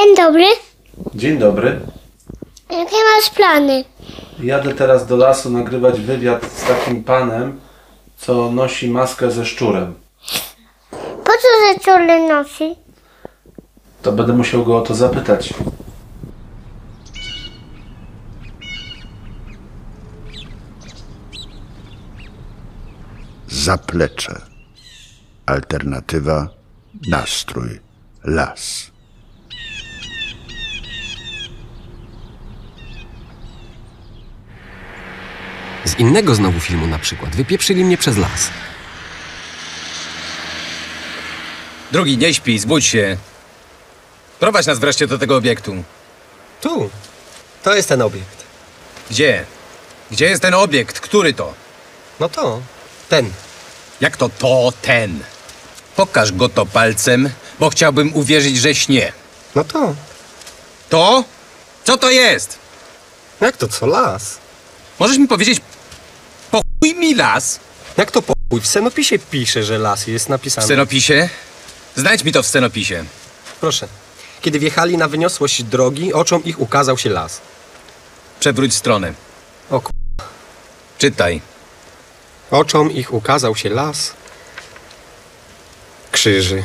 Dzień dobry. Dzień dobry. Jakie masz plany? Jadę teraz do lasu nagrywać wywiad z takim panem, co nosi maskę ze szczurem. Po co szczury nosi? To będę musiał go o to zapytać. Zaplecze. Alternatywa, nastrój, las. Z innego znowu filmu na przykład. Wypieprzyli mnie przez las. Drugi, nie śpi, zbudź się. Prowadź nas wreszcie do tego obiektu. Tu. To jest ten obiekt. Gdzie? Gdzie jest ten obiekt? Który to? No to. Ten. Jak to ten? Pokaż go to palcem, bo chciałbym uwierzyć, że śnie. No to. To? Co to jest? Jak to co? Las. Możesz mi powiedzieć, po chuj mi las? Jak to pokój? W scenopisie pisze, że las jest W napisane. scenopisie? Znajdź mi to w scenopisie. Proszę. Kiedy wjechali na wyniosłość drogi, oczom ich ukazał się las. Przewróć stronę. O k***. Czytaj. Oczom ich ukazał się las. Krzyży.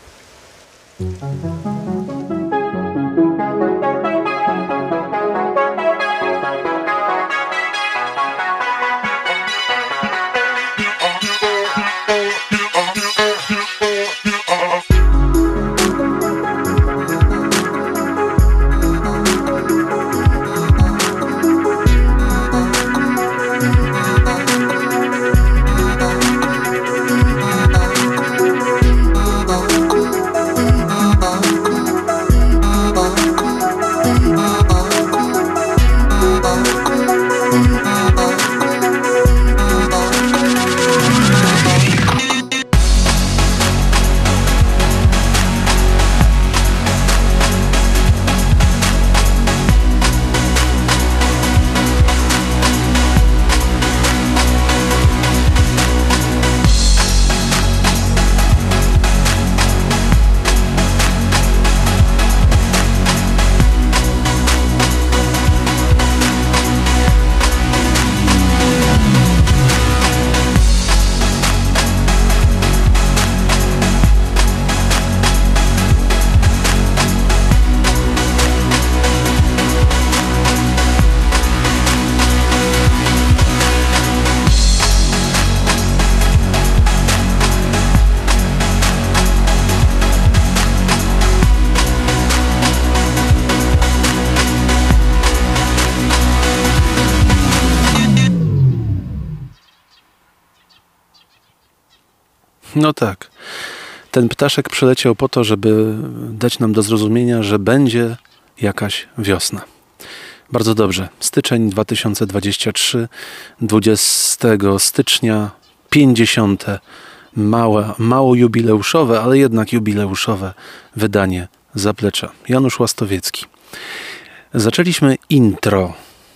No tak. Ten ptaszek przyleciał po to, żeby dać nam do zrozumienia, że będzie jakaś wiosna. Bardzo dobrze. Styczeń 2023, 20 stycznia, 50. Mało jubileuszowe, ale jednak jubileuszowe wydanie Zaplecza. Janusz Łastowiecki. Zaczęliśmy intro.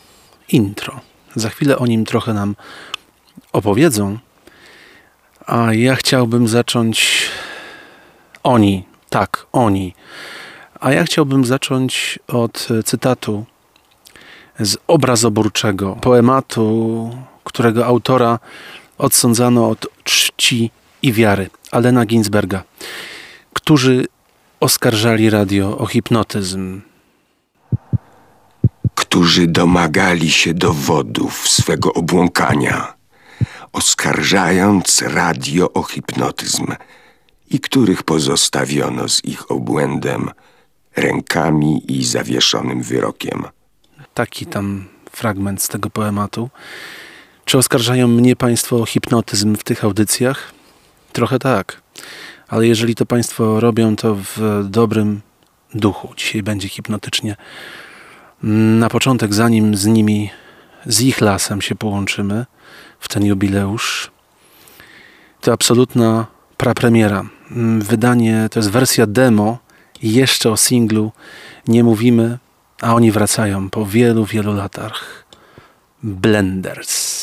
Za chwilę o nim trochę nam opowiedzą. A ja chciałbym zacząć oni. A ja chciałbym zacząć od cytatu z obrazoburczego poematu, którego autora odsądzano od czci i wiary, Allena Ginsberga, którzy oskarżali radio o hipnotyzm. Którzy domagali się dowodów swego obłąkania, oskarżając radio o hipnotyzm i których pozostawiono z ich obłędem, rękami i zawieszonym wyrokiem. Taki tam fragment z tego poematu. Czy oskarżają mnie Państwo o hipnotyzm w tych audycjach? Trochę tak. Ale jeżeli to Państwo robią, to w dobrym duchu. Dzisiaj będzie hipnotycznie. Na początek, zanim z ich lasem się połączymy w ten jubileusz, to absolutna prapremiera. Wydanie, to jest wersja demo. Jeszcze o singlu nie mówimy, a oni wracają po wielu, wielu latach. Blenders.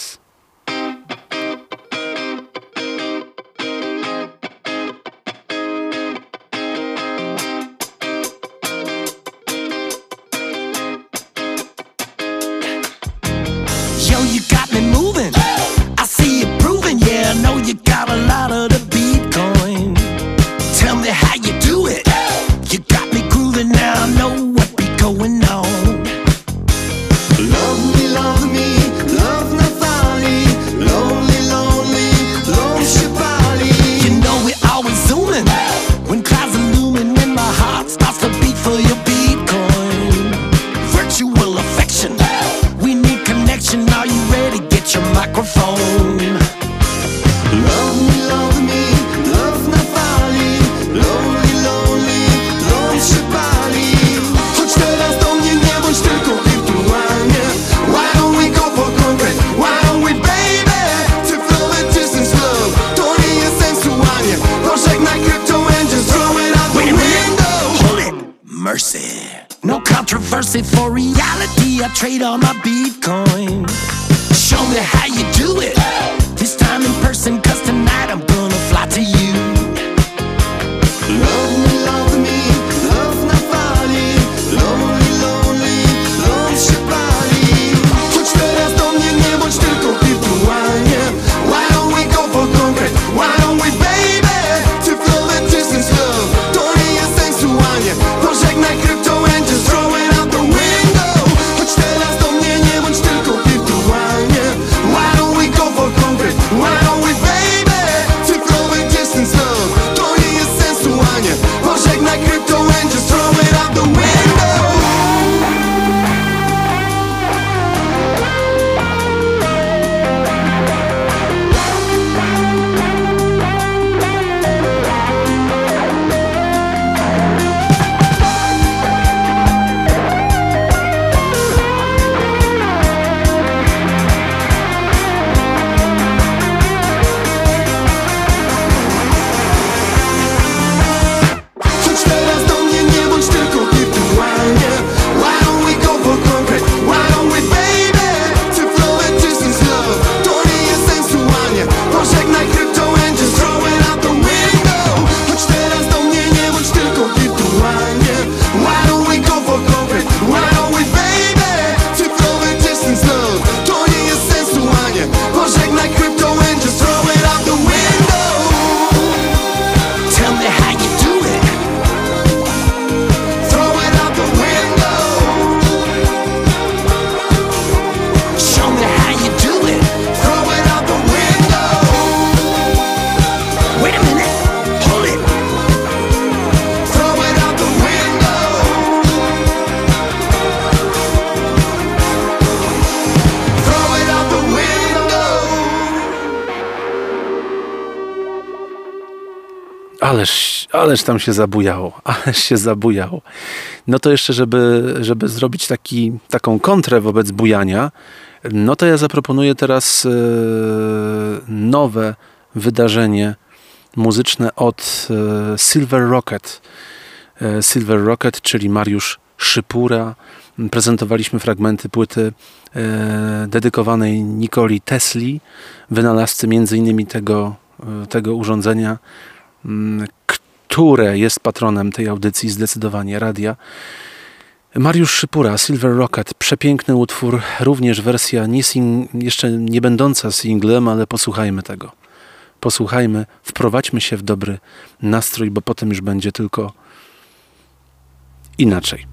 No controversy for reality. I trade all my Bitcoin. Show me how you do it. This time in person, 'cause tonight I'm gonna fly to you. Love me, love na fali. Lonely, lonely, love się pali. Chodź teraz do mnie, nie bądź tylko wirtualnie. Why don't we go for concrete? Why don't we, baby? To flow that distance love. To nie jest sensualnie. Pożegnaj krypto and just throw it out the window. Chodź teraz do mnie, nie bądź tylko wirtualnie. Why don't we go for concrete? Why don't we, baby? To flow that distance love. To nie jest sensualnie. Pożegnaj krypto and just throw it out the window. Chodź teraz do mnie, nie bądź tylko wirtualnie. Why don't we go for concrete? Why don't we, baby? To flow that distance love. To nie jest sensualnie. Pożegnaj krypto and just throw it out the window. Chodź teraz do mnie, nie bądź tylko wirtualnie. Why don't we go for concrete? Why don't we, baby? To flow that distance love. To nie jest sensualnie. Pożegnaj krypto and just throw it out the window. Tell me how you do it. Throw it out the window. Show me how you do it. Throw it out the window. Wait a minute. Hold it. Throw it out the window. Throw it out the window. Ależ tam się zabujało. Ależ się zabujało. No to jeszcze, żeby zrobić taką kontrę wobec bujania, no to ja zaproponuję teraz nowe wydarzenie muzyczne od Silver Rocket. Silver Rocket, czyli Mariusz Szypura. Prezentowaliśmy fragmenty płyty dedykowanej Nikoli Tesli, wynalazcy między innymi tego urządzenia, które jest patronem tej audycji, zdecydowanie radia. Mariusz Szypura, Silver Rocket, przepiękny utwór, również wersja jeszcze nie będąca singlem, ale posłuchajmy tego. Posłuchajmy, wprowadźmy się w dobry nastrój, bo potem już będzie tylko inaczej.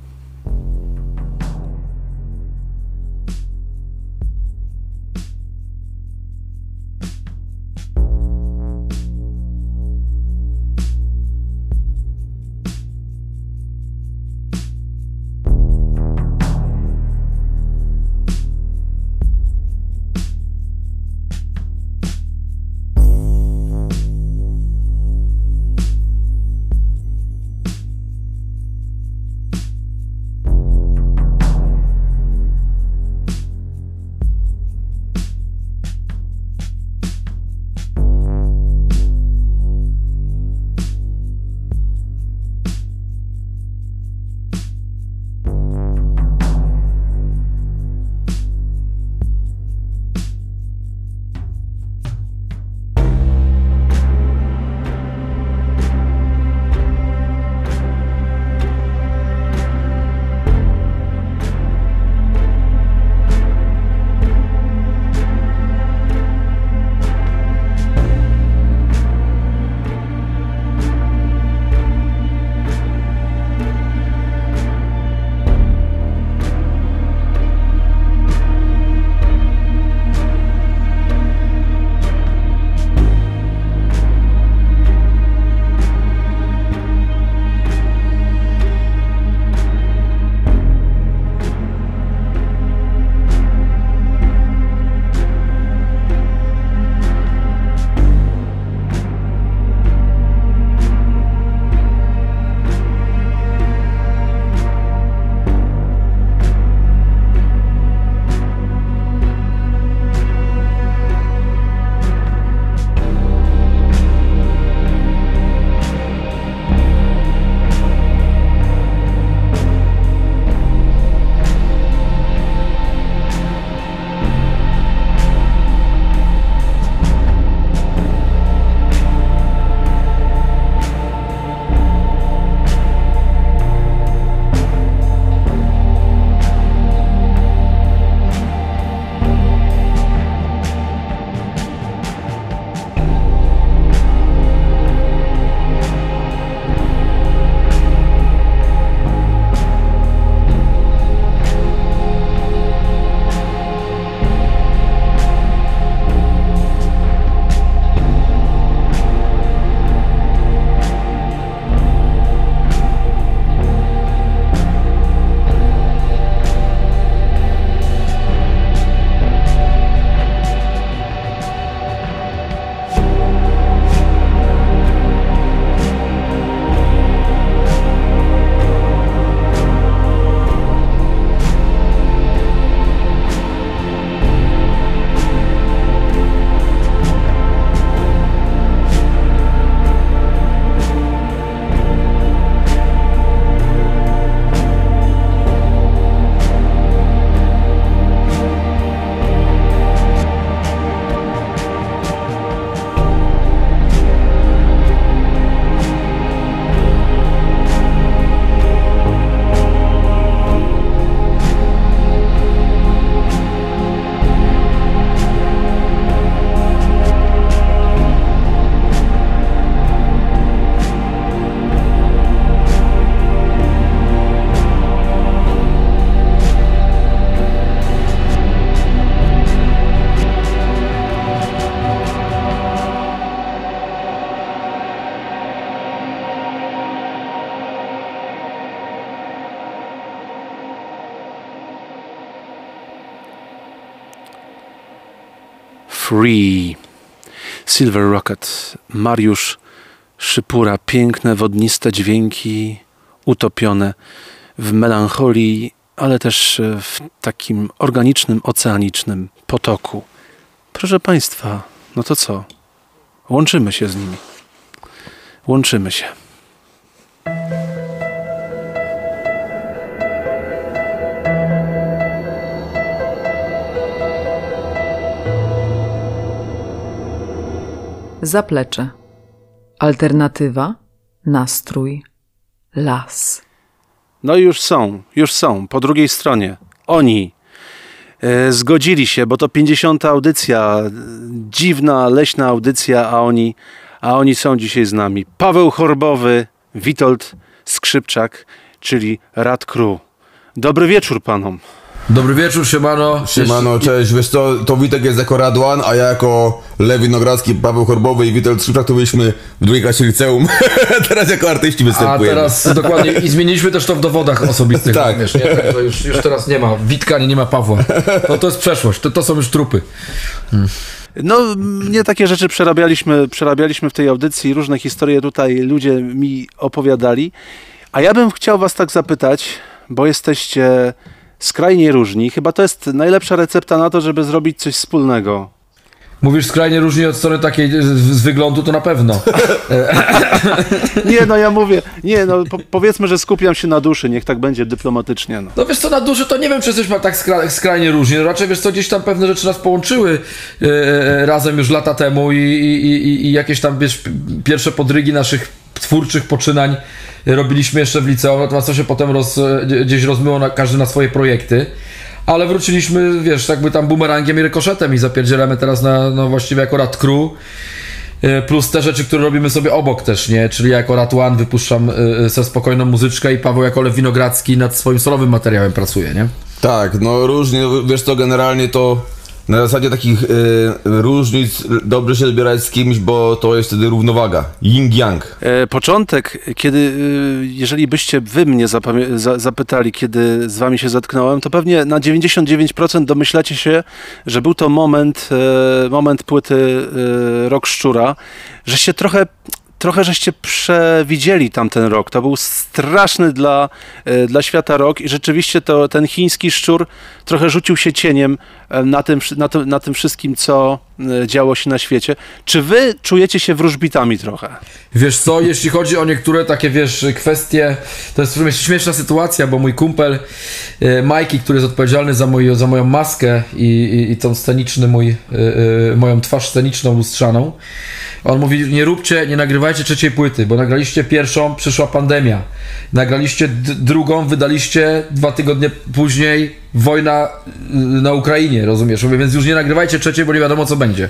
Free. Silver Rocket. Mariusz Szypura. Piękne, wodniste dźwięki utopione w melancholii, ale też w takim organicznym, oceanicznym potoku. Proszę Państwa, no to co? Łączymy się z nimi. Łączymy się. Zaplecze. Alternatywa, nastrój, las. No i już są, po drugiej stronie. Oni zgodzili się, bo to 50. audycja, dziwna, leśna audycja, a oni są dzisiaj z nami. Paweł Chorbowy, Witold Skrzypczak, czyli Rad Crew. Dobry wieczór panom. Dobry wieczór, siemano. Siemano, cześć. Wiesz co, to Witek jest jako Radwan, a ja jako Lew Winogradzki, Paweł Chorbowy i Witold Skrzypczak to byliśmy w drugiej klasie liceum. Teraz jako artyści występujemy. A teraz dokładnie i zmieniliśmy też to w dowodach osobistych. Tak. Wiesz, nie? Tak, już teraz nie ma Witka, nie ma Pawła. To jest przeszłość, to są już trupy. No, mnie takie rzeczy przerabialiśmy w tej audycji, różne historie tutaj ludzie mi opowiadali. A ja bym chciał was tak zapytać, bo jesteście skrajnie różni. Chyba to jest najlepsza recepta na to, żeby zrobić coś wspólnego. Mówisz skrajnie różni od strony takiej z wyglądu, to na pewno. Nie, no ja mówię, powiedzmy, że skupiam się na duszy, niech tak będzie dyplomatycznie. No wiesz co, na duszy to nie wiem, czy jesteśmy tak skrajnie różni. No raczej wiesz co, gdzieś tam pewne rzeczy nas połączyły razem już lata temu i jakieś tam, wiesz, pierwsze podrygi naszych twórczych poczynań robiliśmy jeszcze w liceum, natomiast to się potem gdzieś rozmyło każdy na swoje projekty. Ale wróciliśmy, wiesz, jakby tam bumerangiem i rykoszetem i zapierdzielamy teraz na właściwie jako Rad Crew. Plus te rzeczy, które robimy sobie obok też, nie? Czyli ja jako Rad One wypuszczam ze spokojną muzyczkę i Paweł jako Lew Winogradzki nad swoim solowym materiałem pracuje, nie? Tak, no różnie, wiesz co, generalnie to na zasadzie takich różnic dobrze się zbierać z kimś, bo to jest wtedy równowaga, yin-yang. Początek, jeżeli byście wy mnie zapytali, kiedy z wami się zetknąłem, to pewnie na 99% domyślacie się, że był to moment płyty Rok Szczura, że się trochę żeście przewidzieli tamten rok. To był straszny dla świata rok i rzeczywiście ten chiński szczur trochę rzucił się cieniem na tym wszystkim, co działo się na świecie. Czy wy czujecie się wróżbitami trochę? Wiesz co, jeśli chodzi o niektóre takie, wiesz, kwestie, to jest w sumie śmieszna sytuacja, bo mój kumpel Majki, który jest odpowiedzialny za moją maskę i tą moją twarz sceniczną lustrzaną, on mówi, nie nagrywajcie trzeciej płyty, bo nagraliście pierwszą, przyszła pandemia. Nagraliście drugą, wydaliście 2 tygodnie później wojna na Ukrainie, rozumiesz? Mówię, więc już nie nagrywajcie trzeciej, bo nie wiadomo co będzie.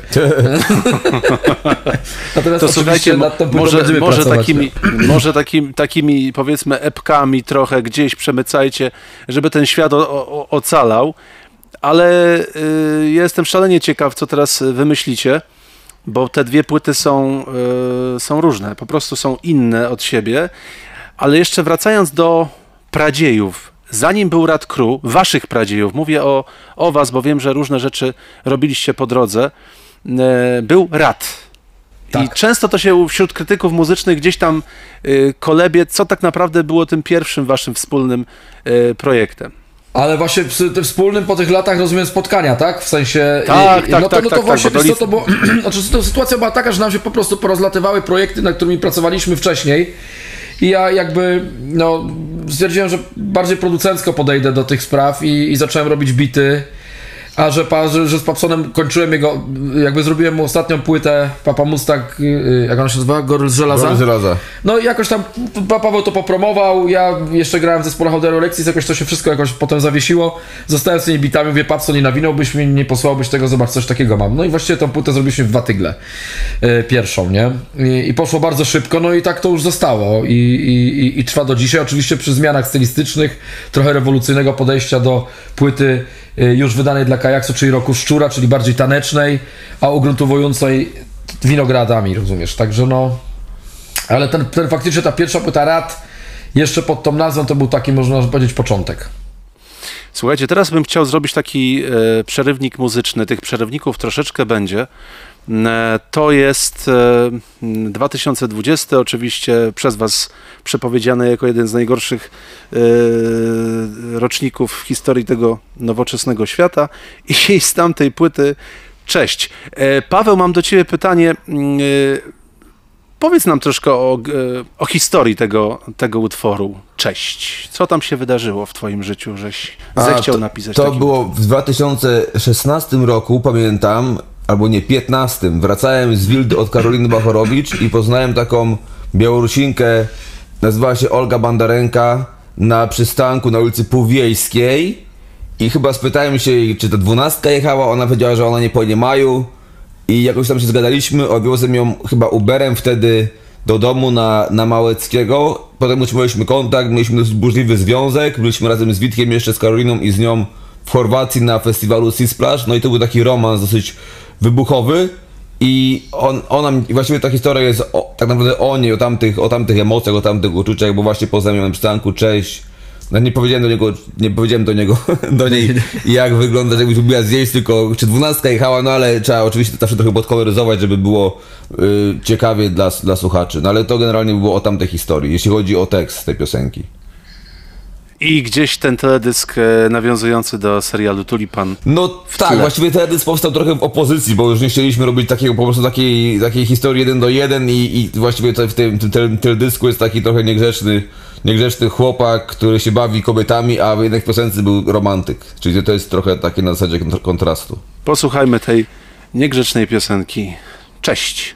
Natomiast to słuchajcie, nad tą płytą będziemy pracować. Może takimi powiedzmy epkami trochę gdzieś przemycajcie, żeby ten świat ocalał, ale jestem szalenie ciekaw, co teraz wymyślicie. Bo te dwie płyty są różne, po prostu są inne od siebie. Ale jeszcze wracając do pradziejów, zanim był Rad Crew, waszych pradziejów, mówię o was, bo wiem, że różne rzeczy robiliście po drodze, był Rad. Tak. I często to się wśród krytyków muzycznych gdzieś tam kolebie, co tak naprawdę było tym pierwszym waszym wspólnym projektem. Ale właśnie tym wspólnym po tych latach, rozumiem, spotkania, tak? W sensie... Tak, właśnie, to było... Znaczy, sytuacja była taka, że nam się po prostu porozlatywały projekty, nad którymi pracowaliśmy wcześniej i ja jakby, stwierdziłem, że bardziej producencko podejdę do tych spraw i zacząłem robić bity. A że z Papsonem kończyłem jakby zrobiłem mu ostatnią płytę, Papa Mustang, jak ona się nazywa? Goryl z żelaza? Goryl z żelaza. No i jakoś tam Paweł to popromował, ja jeszcze grałem w zespole Hauderu Lexis, jakoś to się wszystko jakoś potem zawiesiło. Zostałem z tymi bitami, mówię, Papson, nie nawinąłbyś mi, nie posłałbyś tego, zobacz, coś takiego mam. No i właściwie tą płytę zrobiliśmy w 2 tygle. Pierwszą, nie? I poszło bardzo szybko, no i tak to już zostało. I trwa do dzisiaj, oczywiście przy zmianach stylistycznych, trochę rewolucyjnego podejścia do płyty już wydanej dla Kajaksu, czyli Roku Szczura, czyli bardziej tanecznej, a ugruntowującej winogradami, rozumiesz? Także ale ten faktycznie ta pierwsza płyta Rad, jeszcze pod tą nazwą, to był taki, można powiedzieć, początek. Słuchajcie, teraz bym chciał zrobić taki przerywnik muzyczny. Tych przerywników troszeczkę będzie. To jest 2020, oczywiście przez was przepowiedziane jako jeden z najgorszych roczników w historii tego nowoczesnego świata. I z tamtej płyty cześć. Paweł, mam do ciebie pytanie. Powiedz nam troszkę o historii tego utworu. Cześć. Co tam się wydarzyło w twoim życiu, żeś zechciał napisać To taki było w 2016 roku, pamiętam, albo nie, 15. Wracałem z Wildy od Karoliny Bachorowicz i poznałem taką Białorusinkę, nazywała się Olga Bandarenka, na przystanku na ulicy Półwiejskiej i chyba spytałem się jej, czy ta 12 jechała, ona powiedziała, że ona nie pojedzie Maju. I jakoś tam się zgadaliśmy, odwiozłem ją chyba Uberem wtedy do domu na Małeckiego. Potem utrzymaliśmy kontakt, mieliśmy dosyć burzliwy związek. Byliśmy razem z Witkiem, jeszcze z Karoliną i z nią w Chorwacji na festiwalu Sea Splash. No i to był taki romans dosyć wybuchowy. I właściwie ta historia jest tak naprawdę o niej, o tamtych emocjach, o tamtych uczuciach, bo właśnie poznałem ją na przystanku, cześć. No nie powiedziałem do niej jak wygląda, jakbyś lubiła zjeść, tylko czy 12 jechała, no ale trzeba oczywiście zawsze trochę podkoloryzować, żeby było ciekawie dla słuchaczy. No ale to generalnie było o tamtej historii, jeśli chodzi o tekst tej piosenki. I gdzieś ten teledysk nawiązujący do serialu Tulipan. No tak, właściwie teledysk powstał trochę w opozycji, bo już nie chcieliśmy robić takiego po prostu takiej historii 1 do 1 i właściwie w tym teledysku jest taki trochę niegrzeczny chłopak, który się bawi kobietami, a jednak w piosence był romantyk. Czyli to jest trochę takie na zasadzie kontrastu. Posłuchajmy tej niegrzecznej piosenki. Cześć.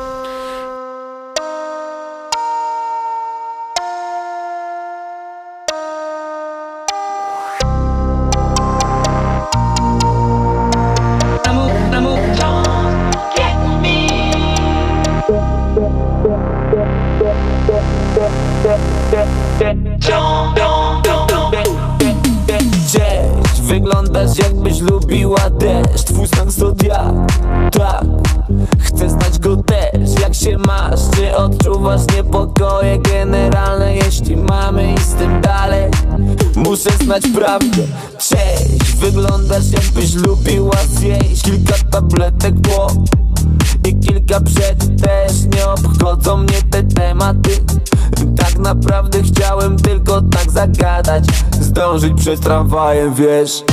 Cześć, wyglądasz jakbyś lubiła deszcz. Twój znak zodiak, tak, chcę znać go też. Jak się masz, czy odczuwasz niepokoje generalne? Jeśli mamy iść z tym dalej, muszę znać prawdę. Cześć, wyglądasz jakbyś lubiła zjeść kilka tabletek po i kilka przed. Też nie obchodzą mnie te tematy. Tak naprawdę chciałem tylko tak zagadać, zdążyć przed tramwajem, wiesz.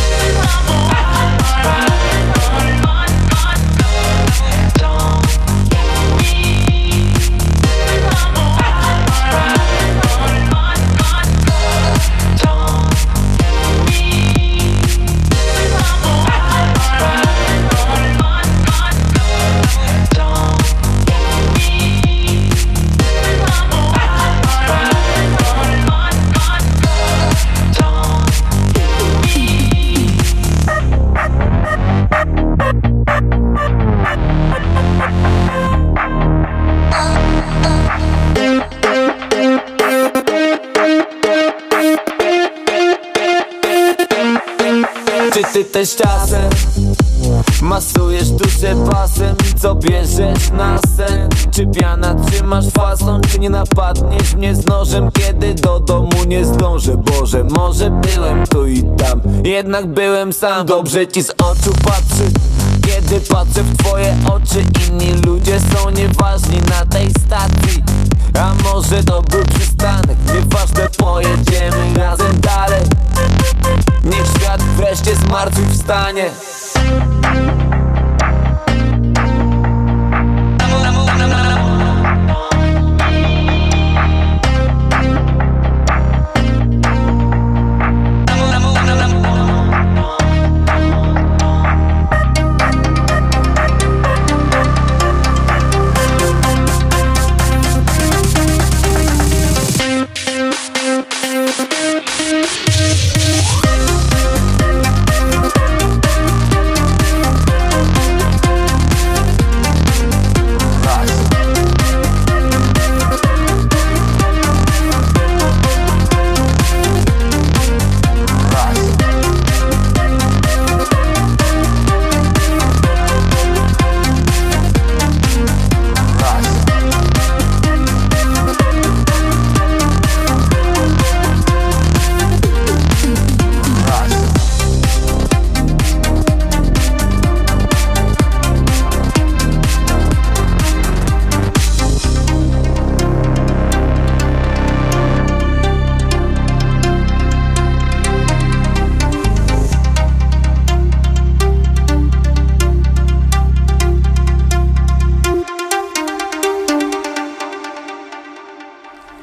Czy ty też czasem masujesz duszę pasem? Co bierzesz na sen? Czy piana trzymasz fason? Czy nie napadniesz mnie z nożem, kiedy do domu nie zdążę? Boże, może byłem tu i tam, jednak byłem sam. Dobrze ci z oczu patrzy, kiedy patrzę w twoje oczy. Inni ludzie są nieważni na tej stacji, a może to był przystanek? Nieważne, pojedziemy razem dalej. Niech świat wreszcie zmartwychwstanie.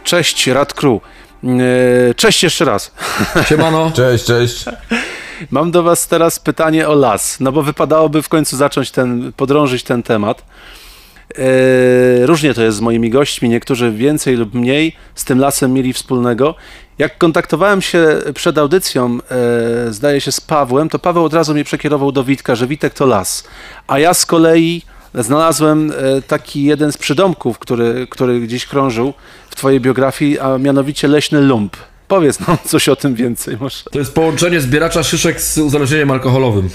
Cześć, Rad Crew. Cześć jeszcze raz. Siemano. Cześć. Mam do was teraz pytanie o las, no bo wypadałoby w końcu zacząć podrążyć ten temat. Różnie to jest z moimi gośćmi, niektórzy więcej lub mniej z tym lasem mieli wspólnego. Jak kontaktowałem się przed audycją, zdaje się z Pawłem, to Paweł od razu mnie przekierował do Witka, że Witek to las. A ja z kolei znalazłem taki jeden z przydomków, który gdzieś krążył w twojej biografii, a mianowicie leśny lump. Powiedz nam coś o tym więcej może. To jest połączenie zbieracza szyszek z uzależnieniem alkoholowym.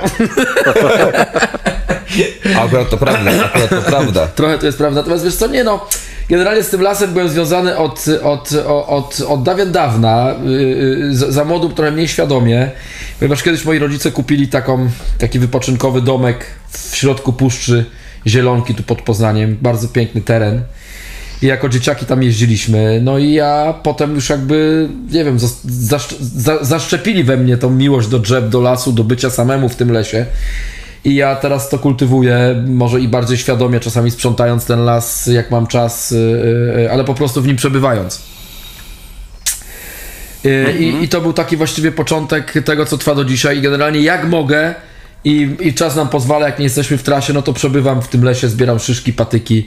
Akurat to prawda. Trochę to jest prawda. Natomiast wiesz co, generalnie z tym lasem byłem związany od dawien dawna, za młodu trochę mniej świadomie, ponieważ kiedyś moi rodzice kupili taki wypoczynkowy domek w środku Puszczy Zielonki, tu pod Poznaniem, bardzo piękny teren. I jako dzieciaki tam jeździliśmy, no i ja potem już jakby, nie wiem, zaszczepili we mnie tą miłość do drzew, do lasu, do bycia samemu w tym lesie. I ja teraz to kultywuję, może i bardziej świadomie, czasami sprzątając ten las, jak mam czas, ale po prostu w nim przebywając. I to był taki właściwie początek tego, co trwa do dzisiaj. I generalnie jak mogę i czas nam pozwala, jak nie jesteśmy w trasie, no to przebywam w tym lesie, zbieram szyszki, patyki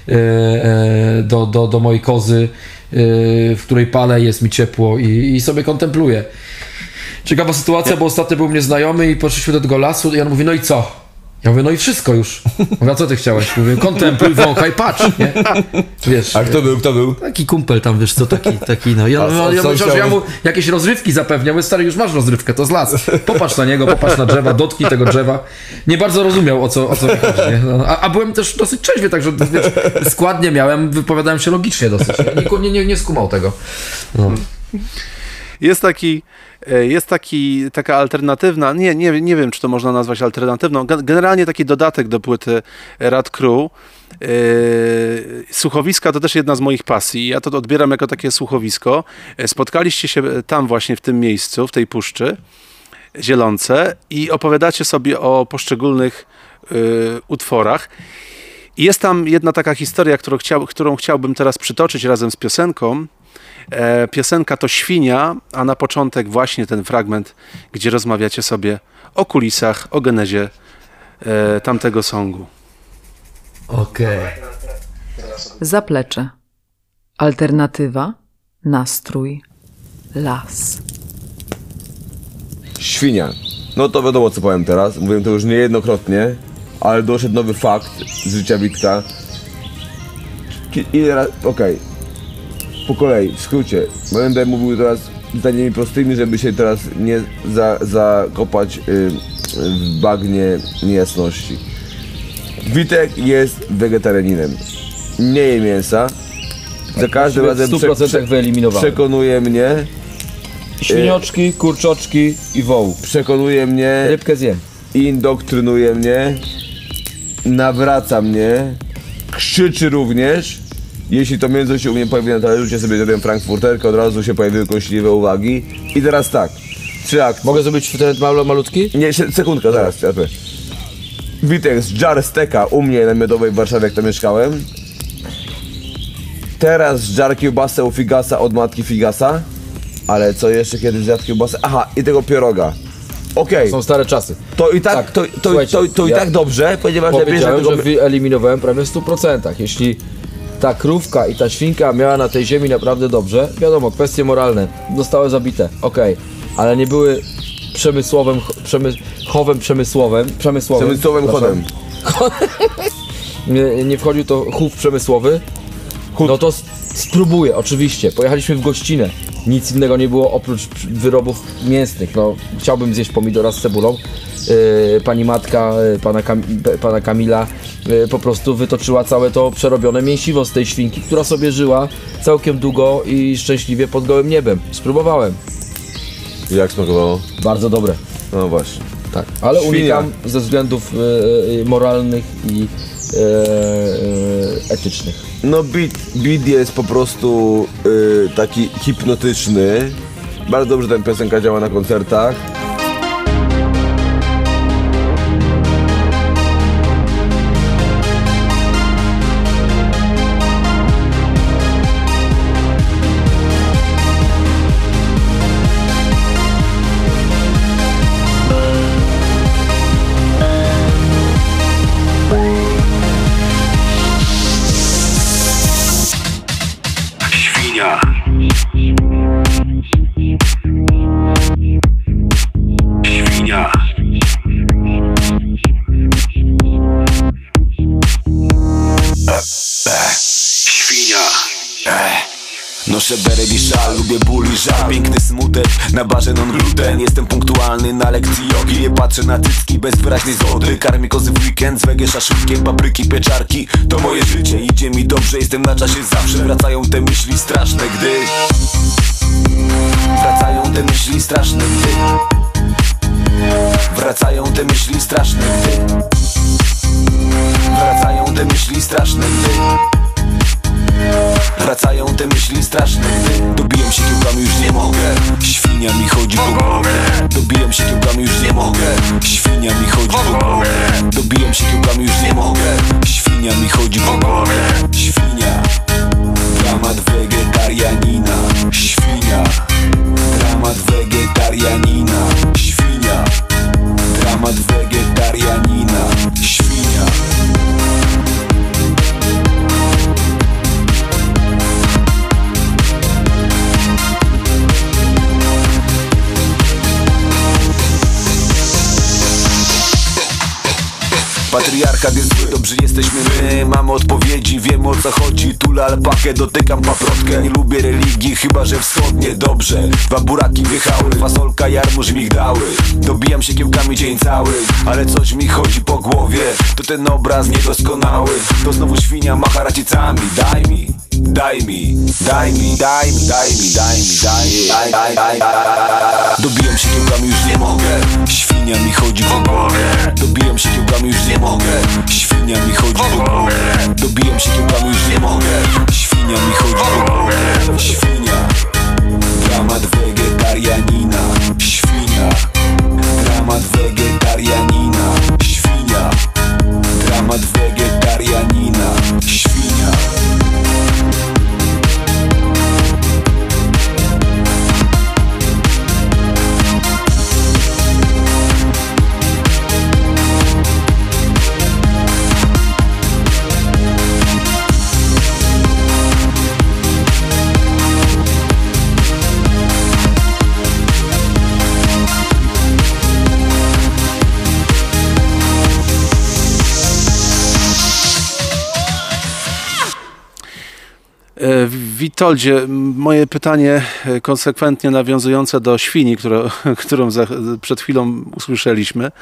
do mojej kozy, w której palę, jest mi ciepło i sobie kontempluję. Ciekawa sytuacja, bo ostatnio był mnie znajomy i poszliśmy do tego lasu i on mówi, no i co? Ja mówię, no i wszystko już. Mówię, a co ty chciałeś? Mówię, kontempluj, wąchaj, patrz, nie? Wiesz, a kto był? Taki kumpel tam, wiesz co, taki no. Ja myślałem, że ja mu jakieś rozrywki zapewniam. Mówię, stary, już masz rozrywkę, to z las. Popatrz na niego, popatrz na drzewa, dotknij tego drzewa. Nie bardzo rozumiał, o co mi chodzi, nie? No, a byłem też dosyć trzeźwy, także wiesz, składnie miałem, wypowiadałem się logicznie dosyć. Nie skumał tego. No. Jest taka alternatywna, nie wiem, czy to można nazwać alternatywną, generalnie taki dodatek do płyty Rad Crew. Słuchowiska to też jedna z moich pasji. Ja to odbieram jako takie słuchowisko. Spotkaliście się tam właśnie w tym miejscu, w tej Puszczy Zielonce i opowiadacie sobie o poszczególnych utworach. I jest tam jedna taka historia, którą chciałbym teraz przytoczyć razem z piosenką. Piosenka to Świnia, a na początek właśnie ten fragment, gdzie rozmawiacie sobie o kulisach, o genezie tamtego songu. Okej. Zaplecze. Alternatywa, nastrój, las. Świnia. No to wiadomo, co powiem teraz. Mówiłem to już niejednokrotnie, ale doszedł nowy fakt z życia Witka. Ile razy... Okej. Po kolei, w skrócie. Będę mówił teraz zdaniami prostymi, żeby się teraz nie zakopać w bagnie niejasności. Witek jest wegetarianinem. Nie je mięsa. Za każdym razem 100% wyeliminowałem. Przekonuje mnie. Świnioczki, kurczoczki i wołów. Przekonuje mnie. Rybkę zjem. Indoktrynuje mnie. Nawraca mnie. Krzyczy również. Jeśli to mięso się u mnie pojawi na talerzu, sobie zrobiłem frankfurterkę, od razu się pojawiły kąśliwe uwagi. I teraz tak, 3 akcje. Mogę zrobić ten malutki? Nie, sekundka, zaraz. Witek z jar steka u mnie na Miodowej w Warszawie, jak tam mieszkałem. Teraz z jar kiełbasę u Figasa od matki Figasa. Ale co jeszcze kiedyś zjadł kiełbasę? Aha, i tego pieroga. Okej. Są stare czasy. To i tak, to i tak dobrze, ponieważ powiedziałem, że wyeliminowałem prawie w 100%. Jeśli ta krówka i ta świnka miała na tej ziemi naprawdę dobrze, wiadomo, kwestie moralne, zostały zabite, okej, ale nie były przemysłowym chodem. nie wchodził to chów przemysłowy, no to spróbuję, oczywiście. Pojechaliśmy w gościnę, nic innego nie było oprócz wyrobów mięsnych, no chciałbym zjeść pomidora z cebulą. Pani matka pana Kamila po prostu wytoczyła całe to przerobione mięsiwo z tej świnki, która sobie żyła całkiem długo i szczęśliwie pod gołym niebem. Spróbowałem. Jak smakowało? Bardzo dobre. No właśnie. Tak, ale unikam ze względów moralnych i etycznych. No beat jest po prostu taki hipnotyczny. Bardzo dobrze ten piosenka działa na koncertach. beret i szal. Lubię ból i żal, piękny smutek na barze non-gluten. Jestem punktualny na lekcji jogi. Nie patrzę na cycki bez wyraźnej zgody. Karmię kozy w weekend z wege szaszłykiem, papryki, pieczarki. To moje życie, idzie mi dobrze, jestem na czasie zawsze. Wracają te myśli straszne, gdy wracają te myśli straszne, gdy wracają te myśli straszne, gdy wracają te myśli straszne, gdy wracają te myśli straszne, gdy dobijam się kiełkami, już nie mogę. Świnia mi chodzi po głowie. Dobijam się kiełkami, już nie mogę. Świnia mi chodzi po głowie. Dobijam się kiełkami, już nie mogę. Świnia mi chodzi po głowie. Świnia. Dramat wegetarianina. Świnia. Dramat wegetarianina. Świnia. Dramat wegetarianina. Świnia. Patriarchat jest zły, dobrzy jesteśmy my. Mamy odpowiedzi, wiemy o co chodzi. Tulę alpakę, dotykam paprotkę. Nie lubię religii, chyba że wschodnie. Dobrze, dwa buraki wjechały. Fasolka, jarmuż, migdały. Dobijam się kiełkami dzień cały. Ale coś mi chodzi po głowie. To ten obraz niedoskonały. To znowu świnia macha racicami. Daj mi, daj mi, daj mi, daj mi, daj mi, daj mi, daj, daj. Dobijam się kiełkami, już nie mogę. Świnia mi chodzi po głowie. Dobijam się kiełkami, już nie mogę. Świnia mi chodzi po głowie. Dobijam się kiełkami, już nie mogę. Świnia mi chodzi po głowie. Świnia. Dramat wegetarianina. Świnia. Dramat wegetarianina. Świnia. Dramat wegetarianina. Świnia. Witoldzie, moje pytanie konsekwentnie nawiązujące do świni, którą przed chwilą usłyszeliśmy.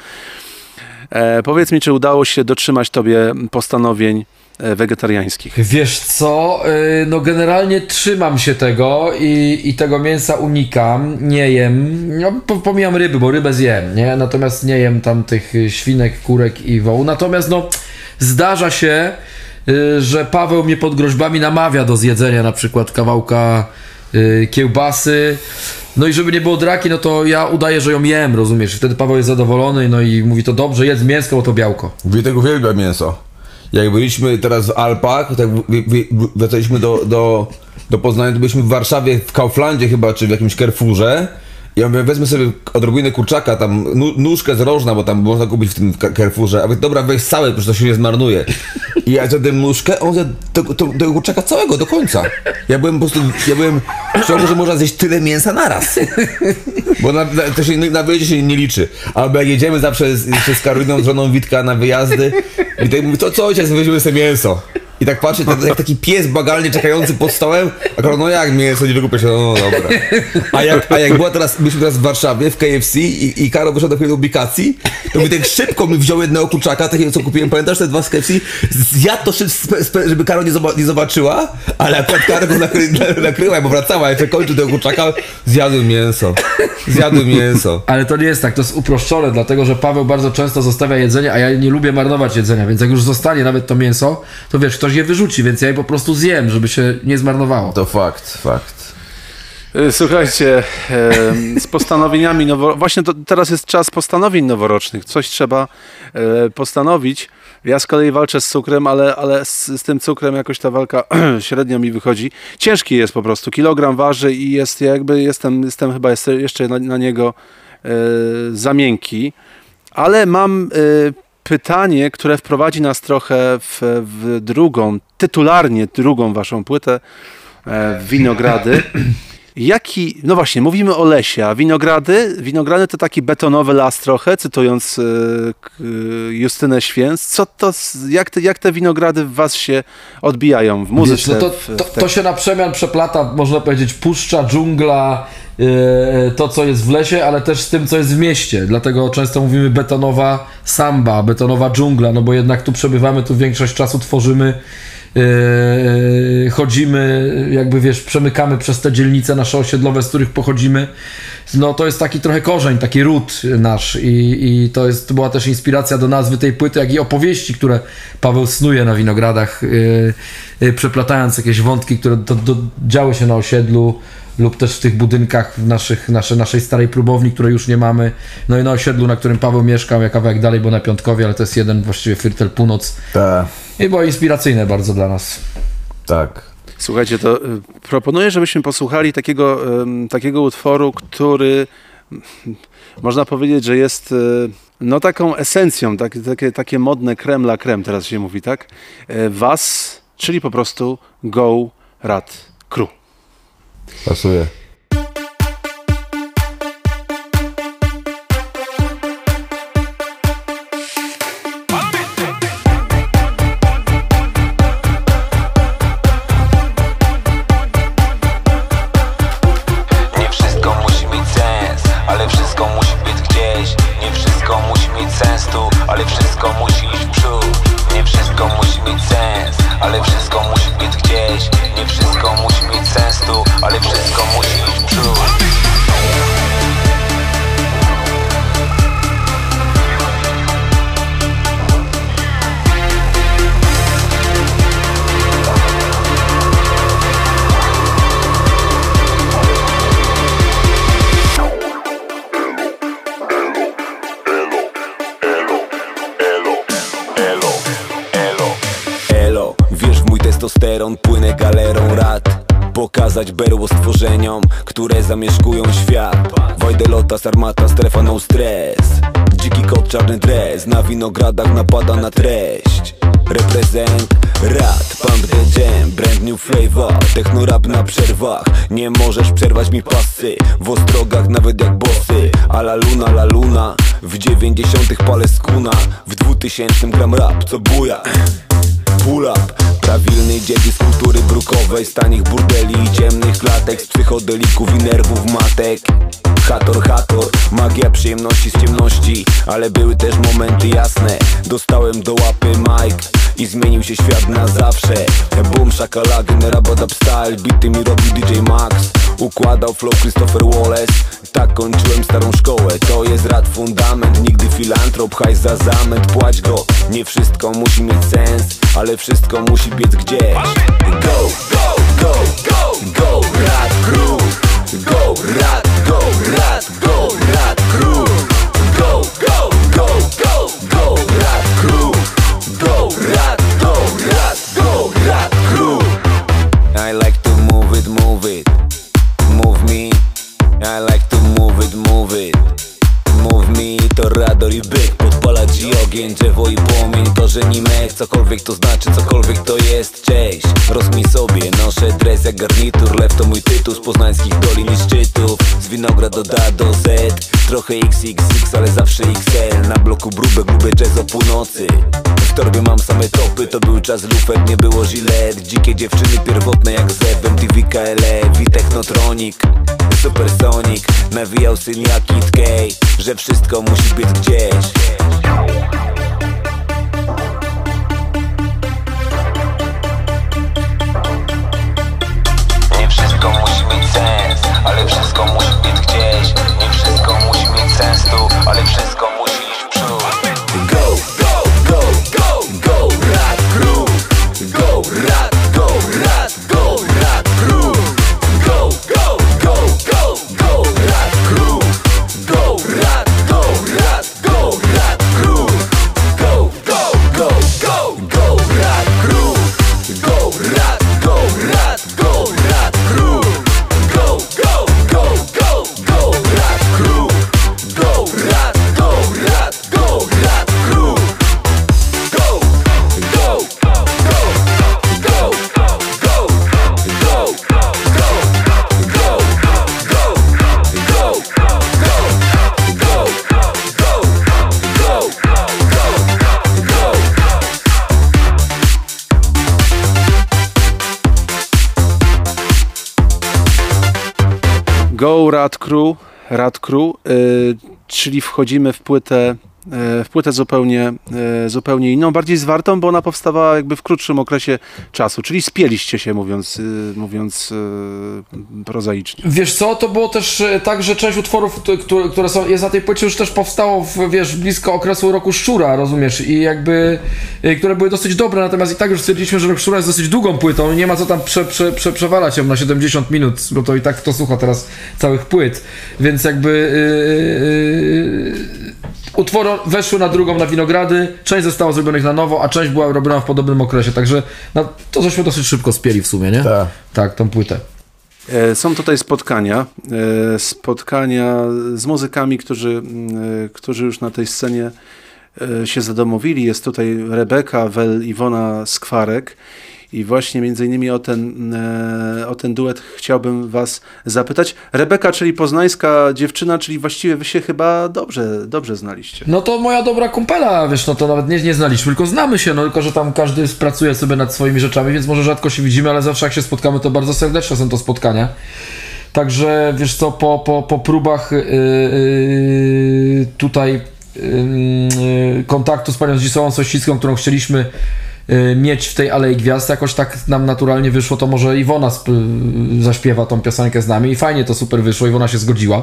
Powiedz mi, czy udało się dotrzymać tobie postanowień wegetariańskich? Wiesz co, no generalnie trzymam się tego i tego mięsa unikam, nie jem, no pomijam ryby, bo rybę zjem, nie? Natomiast nie jem tam tych świnek, kurek i wołu, natomiast no zdarza się, że Paweł mnie pod groźbami namawia do zjedzenia na przykład kawałka kiełbasy, no i żeby nie było draki, no to ja udaję, że ją jem, rozumiesz? Wtedy Paweł jest zadowolony, no i mówi to dobrze, jedz mięsko, bo to białko. Wojtek uwielbia mięso. Jak byliśmy teraz w Alpach, tak wracaliśmy do Poznania, to byliśmy w Warszawie, w Kauflandzie chyba, czy w jakimś Carrefourze. Ja mówię, wezmę sobie odrobinę kurczaka, tam nóżkę z rożna, bo tam można kupić w tym Carrefourze. A mówię, dobra, weź całe, przecież to się nie zmarnuje. I ja zjadłem nóżkę, on zjadł tego kurczaka całego, do końca. Ja byłem w szoku, że można zjeść tyle mięsa naraz. Bo to się na wyjeździe się nie liczy. Albo jak jedziemy zawsze z Karoliną, z żoną Witka na wyjazdy, i tak mówi, to co ojciec, weźmiemy sobie mięso. I tak patrzę, jak taki pies bagalnie czekający pod stołem, a Karol, no jak mięso, nie wykupia się, no dobra. A jak byliśmy teraz w Warszawie, w KFC i Karol wyszedł do chwili ubikacji, to mi tak szybko mi wziął jednego kurczaka, takiego co kupiłem, pamiętasz te dwa z KFC? Zjadł to żeby Karol nie zobaczyła, ale akurat Karol go nakryła, bo wracała, jak kończył tego kurczaka, zjadłem mięso. Ale to nie jest tak, to jest uproszczone, dlatego że Paweł bardzo często zostawia jedzenie, a ja nie lubię marnować jedzenia, więc jak już zostanie nawet to mięso, to wiesz, ktoś je wyrzuci, więc ja je po prostu zjem, żeby się nie zmarnowało. To fakt. Słuchajcie, z postanowieniami właśnie teraz jest czas postanowień noworocznych. Coś trzeba postanowić. Ja z kolei walczę z cukrem, ale z tym cukrem jakoś ta walka średnio mi wychodzi. Ciężki jest po prostu. Kilogram waży i jestem chyba jeszcze na niego za miękki. Ale mam pytanie, które wprowadzi nas trochę tytularnie drugą waszą płytę, Winogrady. No właśnie, mówimy o lesie, a winogrady? Winogrady to taki betonowy las trochę, cytując Justynę Święc. Jak te winogrady w was się odbijają w muzyce? Wiesz, to się na przemian przeplata, można powiedzieć, puszcza, dżungla, to co jest w lesie, ale też z tym co jest w mieście. Dlatego często mówimy betonowa samba, betonowa dżungla, no bo jednak tu przebywamy, tu większość czasu tworzymy, chodzimy, jakby wiesz, przemykamy przez te dzielnice nasze osiedlowe, z których pochodzimy. No to jest taki trochę korzeń, taki ród nasz i to była też inspiracja do nazwy tej płyty, jak i opowieści, które Paweł snuje na winogradach, przeplatając jakieś wątki, które działy się na osiedlu lub też w tych budynkach w naszej starej próbowni, której już nie mamy. No i na osiedlu, na którym Paweł mieszkał, jak kawałek dalej, bo na Piątkowie, ale to jest jeden właściwie Firtel Północ. Tak. I było inspiracyjne bardzo dla nas. Tak. Słuchajcie, to proponuję, żebyśmy posłuchali takiego utworu, który można powiedzieć, że jest no taką esencją, takie modne crème la crème, teraz się mówi, tak? Was, czyli po prostu Go Rat Crew. Pasuje. Płynę galerą rad, pokazać berło stworzeniom, które zamieszkują świat. Wajdelota, Sarmata, strefa no stres. Dziki kot, czarny dres, na winogradach napada na treść. Reprezent, rad, pump the jam, brand new flavor, techno-rap na przerwach. Nie możesz przerwać mi pasy, w ostrogach nawet jak bossy. A la luna, w 90 palę skuna, w 2000 gram rap, co buja. Pull up, prawilny dziedzic kultury brukowej, z tanich burdeli i ciemnych klatek, z psychodelików i nerwów matek. Hator, magia przyjemności z ciemności, ale były też momenty jasne. Dostałem do łapy mic i zmienił się świat na zawsze. Boom, szakala, genera bad up style, bity mi robił DJ Max, układał flow Christopher Wallace. Tak kończyłem starą szkołę, to jest rad fundament. Nigdy filantrop, hajs za zamęt, płać go. Nie wszystko musi mieć sens, ale wszystko musi biec gdzieś. Go, go, go, go, go, rad crew. Go, rad, go, rad, go, rad crew. Go, go, go, go, go, rad crew. Go, rad, go, rad, go, rad crew. I like to move it, move me. I like to move it, move me. To rador i byk, podpala ci ogień, drzewo i płomień. To, że nim cokolwiek to znaczy, cokolwiek to jest. Cześć, rozmij sobie, noszę dres jak garnitur. Lew to mój tytuł, z poznańskich dolin i szczytów. Z winograd od A do Z, trochę XXX, ale zawsze XL. Na bloku grube jazz o północy. W torbie mam same topy, to był czas lufet, nie było Gillette. Dzikie dziewczyny pierwotne jak Zeb, MTV, KLF i Technotronic. Supersonic, nawijał syn jak Kid K, że wszystko musi być gdzieś. Nie wszystko musi mieć sens, ale wszystko musi być gdzieś. Nie wszystko musi mieć sens tu, ale wszystko musi iść w przód. Go, go, go, go, go, rad crew. Go, rad, go, rad, go, rad crew. Go, go, go, go, go, rad crew. Go, rad, go, rad, go, rad crew. Go, go, go, go, go, rad crew. Go, rad, go, rad, go, rad crew. Go, go, go, go, go, rad crew. Go Rad Crew, czyli wchodzimy w płytę zupełnie inną, bardziej zwartą, bo ona powstawała jakby w krótszym okresie czasu, czyli spieliście się, mówiąc prozaicznie. Wiesz co, to było też tak, że część utworów, które jest na tej płycie, już też powstało blisko okresu Roku Szczura, rozumiesz, i jakby, które były dosyć dobre, natomiast i tak już stwierdziliśmy, że Rok Szczura jest dosyć długą płytą, nie ma co tam przewalać ją na 70 minut, bo to i tak kto słucha teraz całych płyt, więc jakby utwory weszły na drugą na Winogrady, część została zrobionych na nowo, a część była robiona w podobnym okresie, także to żeśmy dosyć szybko spieli w sumie, nie? Tak, tą płytę. Są tutaj spotkania z muzykami, którzy już na tej scenie się zadomowili. Jest tutaj Rebeka, Iwona Skwarek. I właśnie między innymi o ten duet chciałbym was zapytać. Rebeka, czyli poznańska dziewczyna, czyli właściwie wy się chyba dobrze znaliście. No to moja dobra kumpela, wiesz, no to nawet nie znaliśmy, tylko znamy się, no tylko, że tam każdy pracuje sobie nad swoimi rzeczami, więc może rzadko się widzimy, ale zawsze jak się spotkamy, to bardzo serdeczne są to spotkania. Także, wiesz co, po próbach tutaj kontaktu z panią Zdzisławą Sościcką, którą chcieliśmy mieć w tej Alei Gwiazd, jakoś tak nam naturalnie wyszło, to może Iwona zaśpiewa tą piosenkę z nami i fajnie to super wyszło, Iwona się zgodziła.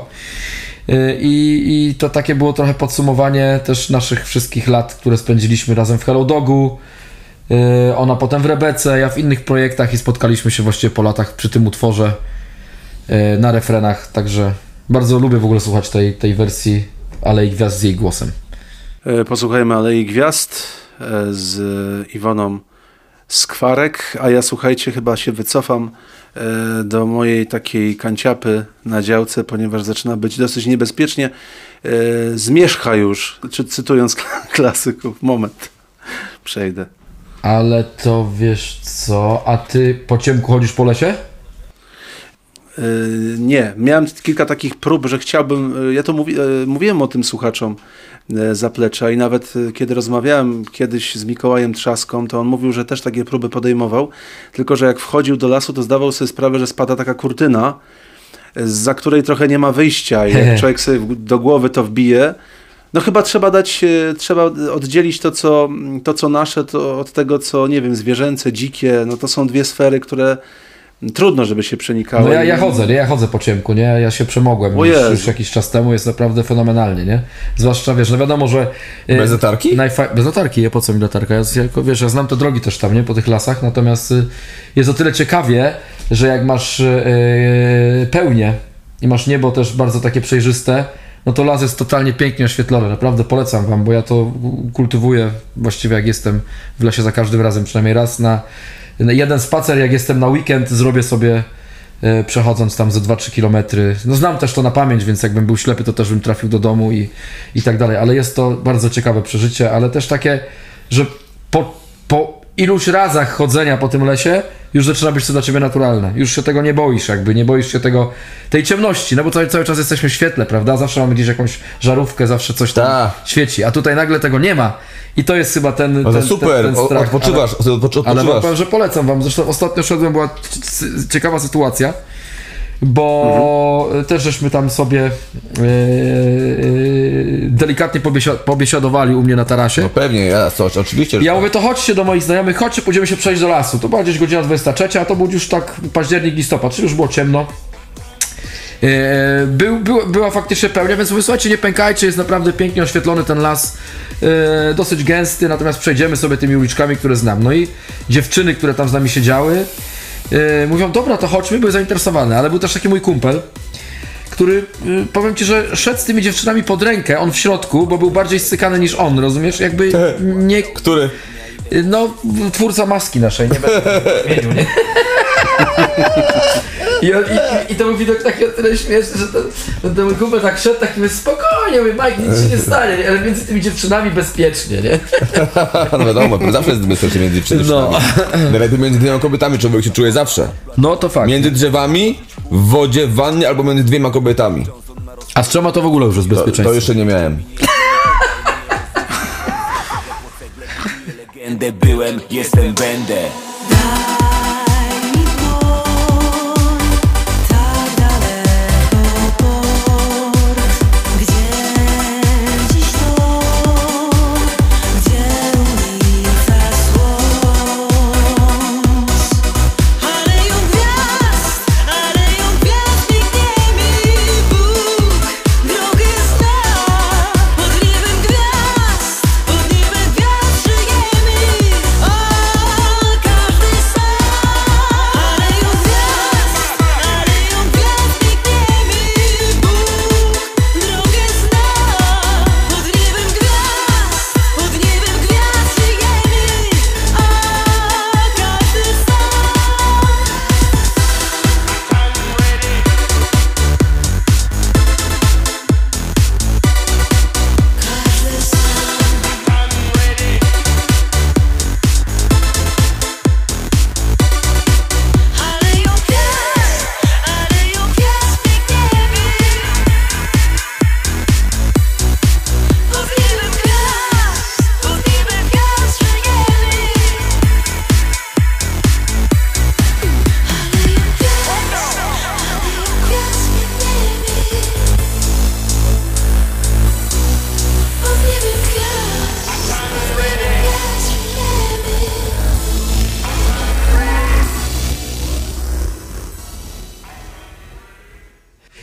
I to takie było trochę podsumowanie też naszych wszystkich lat, które spędziliśmy razem w Hello Dogu, ona potem w Rebece, ja w innych projektach i spotkaliśmy się właściwie po latach przy tym utworze na refrenach, także bardzo lubię w ogóle słuchać tej wersji Alei Gwiazd z jej głosem. Posłuchajmy Alei Gwiazd z Iwoną Skwarek, a ja słuchajcie, chyba się wycofam do mojej takiej kanciapy na działce, ponieważ zaczyna być dosyć niebezpiecznie. Zmierzcha już, czy cytując klasyków. Moment, przejdę. Ale to wiesz co, a ty po ciemku chodzisz po lesie? Nie, miałem kilka takich prób, że chciałbym, ja to mówiłem o tym słuchaczom Zaplecza i nawet kiedy rozmawiałem kiedyś z Mikołajem Trzaską, to on mówił, że też takie próby podejmował, tylko że jak wchodził do lasu, to zdawał sobie sprawę, że spada taka kurtyna, za której trochę nie ma wyjścia i jak człowiek sobie do głowy to wbije, no chyba trzeba oddzielić to co nasze, to od tego, co, nie wiem, zwierzęce, dzikie, no to są dwie sfery, które trudno, żeby się przenikały. No ja chodzę po ciemku, nie? Ja się przemogłem już jakiś czas temu, jest naprawdę fenomenalnie, nie? Zwłaszcza, wiesz, no wiadomo, że... Bez latarki? Bez latarki, po co mi latarka? Ja znam te drogi też tam, nie? Po tych lasach, natomiast jest o tyle ciekawie, że jak masz pełnię i masz niebo też bardzo takie przejrzyste, no to las jest totalnie pięknie oświetlony, naprawdę polecam wam, bo ja to kultywuję właściwie jak jestem w lesie za każdym razem, przynajmniej raz na jeden spacer, jak jestem na weekend, zrobię sobie przechodząc tam ze 2-3 kilometry. No znam też to na pamięć, więc jakbym był ślepy, to też bym trafił do domu i tak dalej, ale jest to bardzo ciekawe przeżycie, ale też takie, że po iluś razach chodzenia po tym lesie już zaczyna być to dla ciebie naturalne. Już się tego nie boisz, nie boisz się tej ciemności, no bo cały czas jesteśmy w świetle, prawda? Zawsze mamy gdzieś jakąś żarówkę, zawsze coś tam świeci, a tutaj nagle tego nie ma. I to jest chyba ten strach. Odpoczywasz. Ale powiem, że polecam wam. Zresztą ostatnio szedłem, była ciekawa sytuacja, bo też żeśmy tam sobie delikatnie pobiesiadowali u mnie na tarasie. No pewnie, oczywiście. Ja mówię, to chodźcie do moich znajomych, chodźcie, pójdziemy się przejść do lasu. To była gdzieś godzina 23, a to był już tak październik, listopad, czyli już było ciemno. Była faktycznie pełnia, więc mówię, słuchajcie, nie pękajcie, jest naprawdę pięknie oświetlony ten las, dosyć gęsty, natomiast przejdziemy sobie tymi uliczkami, które znam. No i dziewczyny, które tam z nami siedziały, mówią, dobra, to chodźmy, były zainteresowane, ale był też taki mój kumpel, który, powiem ci, że szedł z tymi dziewczynami pod rękę, on w środku, bo był bardziej stykany niż on, rozumiesz? Jakby nie... Który? No, twórca maski naszej, nie będę wymienił, nie? I to był widok taki o tyle śmieszny, że ten mój kumpel tak szedł, tak mówię, spokojnie, mówię, Mike, nic się nie stanie, nie? Ale między tymi dziewczynami bezpiecznie, nie? No wiadomo, zawsze jest bezpiecznie między dziewczynami. Najlepiej między dwiema kobietami człowiek się czuje zawsze. No to fakt. Między drzewami, w wodzie, w wannie albo między dwiema kobietami. A z trzema to w ogóle już jest bezpieczeństwo. To jeszcze nie miałem. Legendę byłem, jestem, będę. Tak daleko,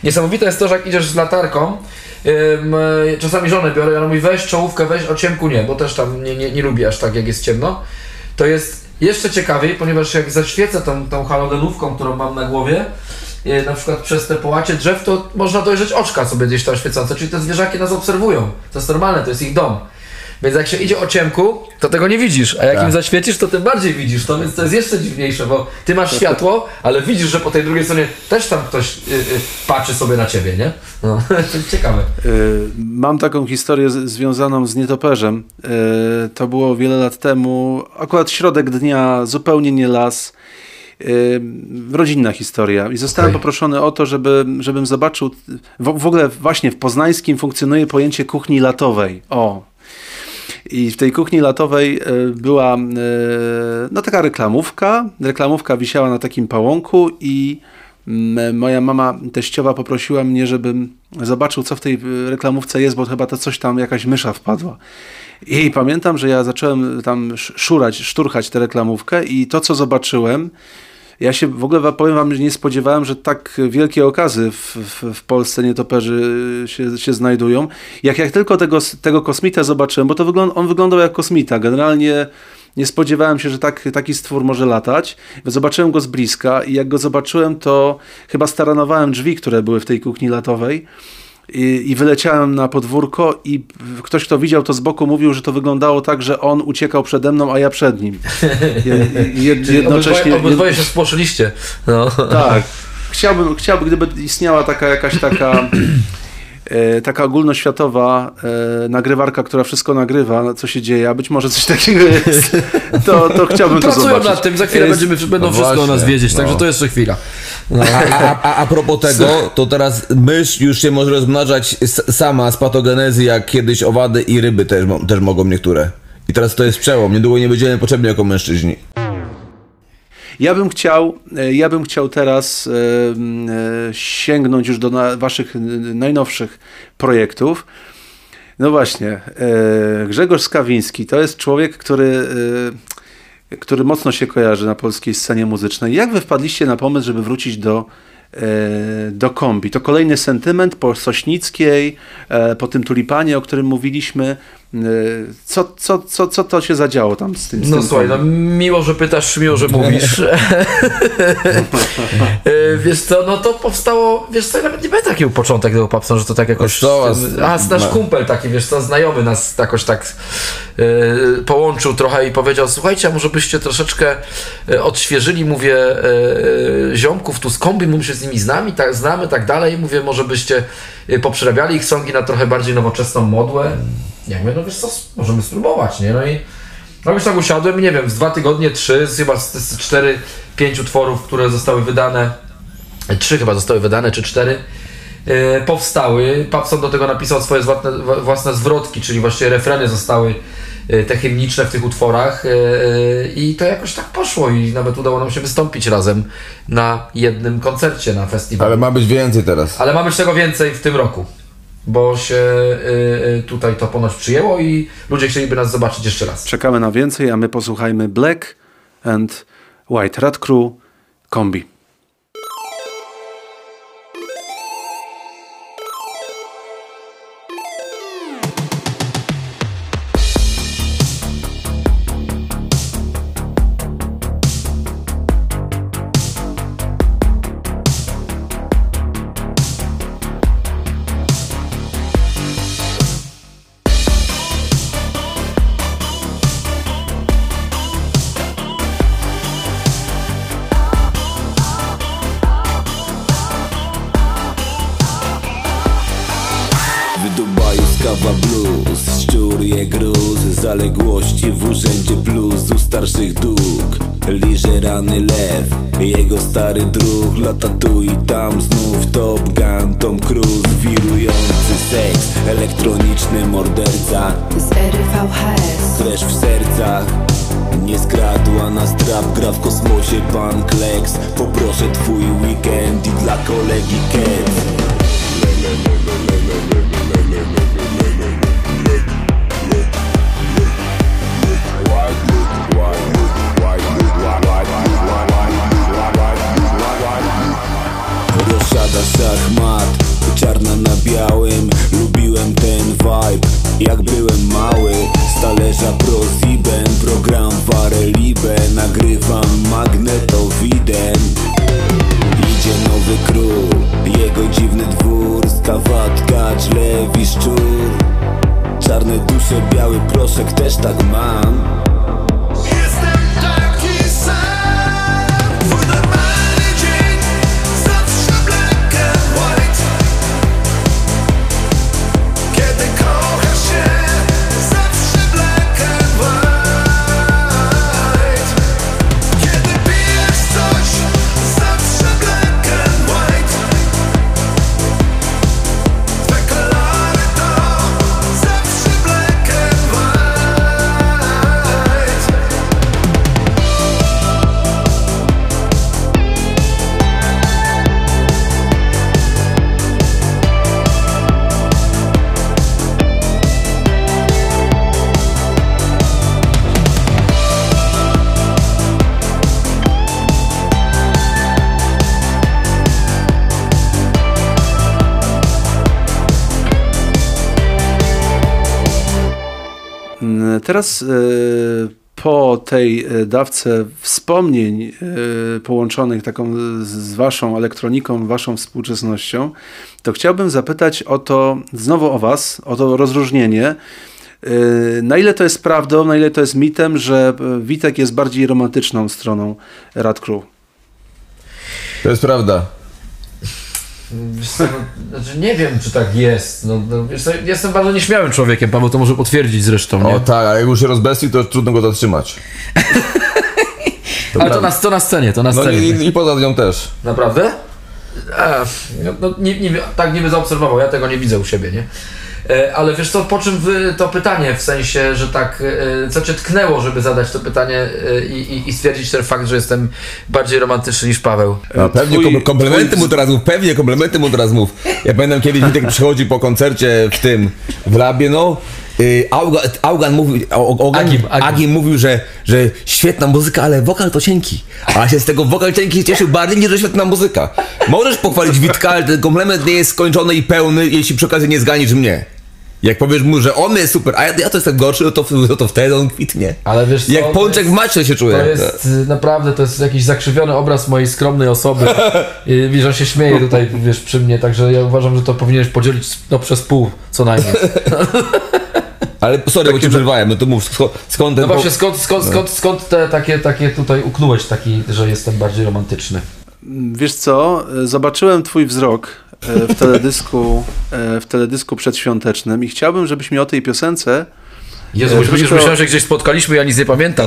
Niesamowite jest to, że jak idziesz z latarką, czasami żonę biorę i ona mówi weź czołówkę, weź, o ciemku nie, bo też tam nie lubi aż tak jak jest ciemno. To jest jeszcze ciekawiej, ponieważ jak zaświecę tą halogenówką, którą mam na głowie, na przykład przez te połacie drzew, to można dojrzeć oczka sobie gdzieś tam świecące, czyli te zwierzaki nas obserwują. To jest normalne, to jest ich dom. Więc jak się idzie o ciemku, to tego nie widzisz, a jak im zaświecisz, to tym bardziej widzisz to, więc to jest jeszcze dziwniejsze, bo ty masz światło, ale widzisz, że po tej drugiej stronie też tam ktoś patrzy sobie na ciebie, nie? No, to jest ciekawe. Mam taką historię związaną z nietoperzem. To było wiele lat temu, akurat środek dnia, zupełnie nie las. Rodzinna historia i zostałem poproszony o to, żebym zobaczył, w ogóle właśnie w Poznańskim funkcjonuje pojęcie kuchni latowej. I w tej kuchni latowej była no taka reklamówka wisiała na takim pałąku i moja mama teściowa poprosiła mnie, żebym zobaczył, co w tej reklamówce jest, bo chyba to coś tam, jakaś mysza wpadła. I pamiętam, że ja zacząłem tam szturchać tę reklamówkę i to, co zobaczyłem, ja się w ogóle, powiem wam, że nie spodziewałem, że tak wielkie okazy w Polsce nietoperzy się znajdują. Jak tylko tego kosmita zobaczyłem, bo on wyglądał jak kosmita. Generalnie nie spodziewałem się, że taki stwór może latać. Zobaczyłem go z bliska i jak go zobaczyłem, to chyba staranowałem drzwi, które były w tej kuchni latowej. I wyleciałem na podwórko i ktoś, kto widział to z boku, mówił, że to wyglądało tak, że on uciekał przede mną, a ja przed nim. Jednocześnie... Obydwoje się spłoszyliście. No. Tak. Chciałbym, gdyby istniała taka ogólnoświatowa nagrywarka, która wszystko nagrywa, co się dzieje, a być może coś takiego jest, to chciałbym to zobaczyć. Pracują nad tym, za chwilę będą wszystko o nas wiedzieć, także to jeszcze chwila. No. A propos tego, to teraz mysz już się może rozmnażać sama z patogenezy, jak kiedyś owady i ryby też mogą niektóre. I teraz to jest przełom, niedługo nie będziemy potrzebni jako mężczyźni. Ja bym chciał teraz sięgnąć już do waszych najnowszych projektów. No właśnie, Grzegorz Skawiński to jest człowiek, który mocno się kojarzy na polskiej scenie muzycznej. Jak wy wpadliście na pomysł, żeby wrócić do kombi? To kolejny sentyment po Sośnickiej, po tym tulipanie, o którym mówiliśmy. Co to się zadziało tam z tym? No słuchaj, no miło, że pytasz, miło, że mówisz. Wiesz co, no to powstało, wiesz co, ja nawet nie będę takiego początek tego Papson, że to tak jakoś... nasz kumpel taki, wiesz co, znajomy nas jakoś tak połączył trochę i powiedział, słuchajcie, a może byście troszeczkę odświeżyli, mówię, ziomków tu z kombi, mówię, że z nimi znamy, tak dalej, mówię, może byście poprzerabiali ich songi na trochę bardziej nowoczesną modłę. Ja mówię, no wiesz co, możemy spróbować, nie? No i już tak usiadłem, nie wiem, z 2 tygodnie, 3, chyba z 4-5 utworów, które zostały wydane, 3 chyba zostały wydane, czy 4, powstały. Papson do tego napisał swoje własne zwrotki, czyli właściwie refreny zostały te hymniczne w tych utworach i to jakoś tak poszło i nawet udało nam się wystąpić razem na jednym koncercie na festiwalu. Ale ma być więcej teraz. Ale ma być tego więcej w tym roku, bo się tutaj to ponoć przyjęło i ludzie chcieliby nas zobaczyć jeszcze raz. Czekamy na więcej, a my posłuchajmy Black and White Rat Crew Kombi. Blues, szczur je gruz, zaległości w urzędzie bluzu starszych dróg. Liże rany lew, jego stary druh, lata tu i tam znów Top Gun, Tom Cruise, wirujący seks, elektroniczny morderca z RVHS, kresz w sercach. Nie skradła nas trap, gra w kosmosie pan Kleks. Poproszę twój weekend i dla kolegi Ket. Rozsiada szachmat, słońce, biały proszek też tak mam. Jestem taki sam. Twój normalny dzień zawsze black and white. Kiedy kochasz się zawsze black and white. Kiedy pijesz coś zawsze black and white. Twe kolory to zawsze black and white. Teraz po tej dawce wspomnień połączonych taką z waszą elektroniką, waszą współczesnością, to chciałbym zapytać o to, znowu o was, o to rozróżnienie. Na ile to jest prawdą, na ile to jest mitem, że Witek jest bardziej romantyczną stroną Rad Crew? To jest prawda. Wiesz co, znaczy nie wiem, czy tak jest. Wiesz co, jestem bardzo nieśmiałym człowiekiem, Paweł to może potwierdzić zresztą, nie? O tak, ale jak już się rozbestwi, to trudno go zatrzymać. Ale to na scenie, to na scenie. No i poza nią też. Naprawdę? Tak niby zaobserwował, ja tego nie widzę u siebie, nie? Ale wiesz co, po czym to pytanie, w sensie, że tak, co cię tknęło, żeby zadać to pytanie i stwierdzić ten fakt, że jestem bardziej romantyczny niż Paweł? No, pewnie komplementy mu teraz mów, pewnie komplementy mu teraz mów. Ja pamiętam, kiedyś Witek przychodzi po koncercie w Labie, no. Agim mówił, że świetna muzyka, ale wokal to cienki. A się z tego wokal cienki cieszył bardziej niż świetna muzyka. Możesz pochwalić Witka, ale ten komplement nie jest skończony i pełny, jeśli przy okazji nie zganisz mnie. Jak powiesz mu, że on jest super, a ja to jestem gorszy, to wtedy on kwitnie. Ale wiesz co, jak pączek w macie się czuje. To jest naprawdę, to jest jakiś zakrzywiony obraz mojej skromnej osoby. I że on się śmieje tutaj, wiesz, przy mnie, także ja uważam, że to powinieneś podzielić przez pół, co najmniej. Ale sorry, bo cię przerwałem, no to mów, skąd ten... No właśnie, skąd te takie tutaj uknąłeś taki, że jestem bardziej romantyczny? Wiesz co, zobaczyłem twój wzrok w teledysku przedświątecznym i chciałbym, żebyś mi o tej piosence... Jezu, już myślałem, że gdzieś spotkaliśmy, ja nic nie pamiętam.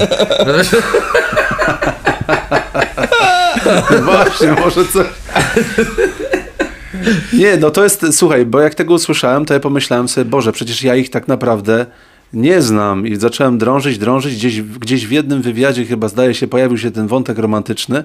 Właśnie, może coś... Nie, no to jest, słuchaj, bo jak tego usłyszałem, to ja pomyślałem sobie, Boże, przecież ja ich tak naprawdę nie znam i zacząłem drążyć, gdzieś w jednym wywiadzie chyba, zdaje się, pojawił się ten wątek romantyczny,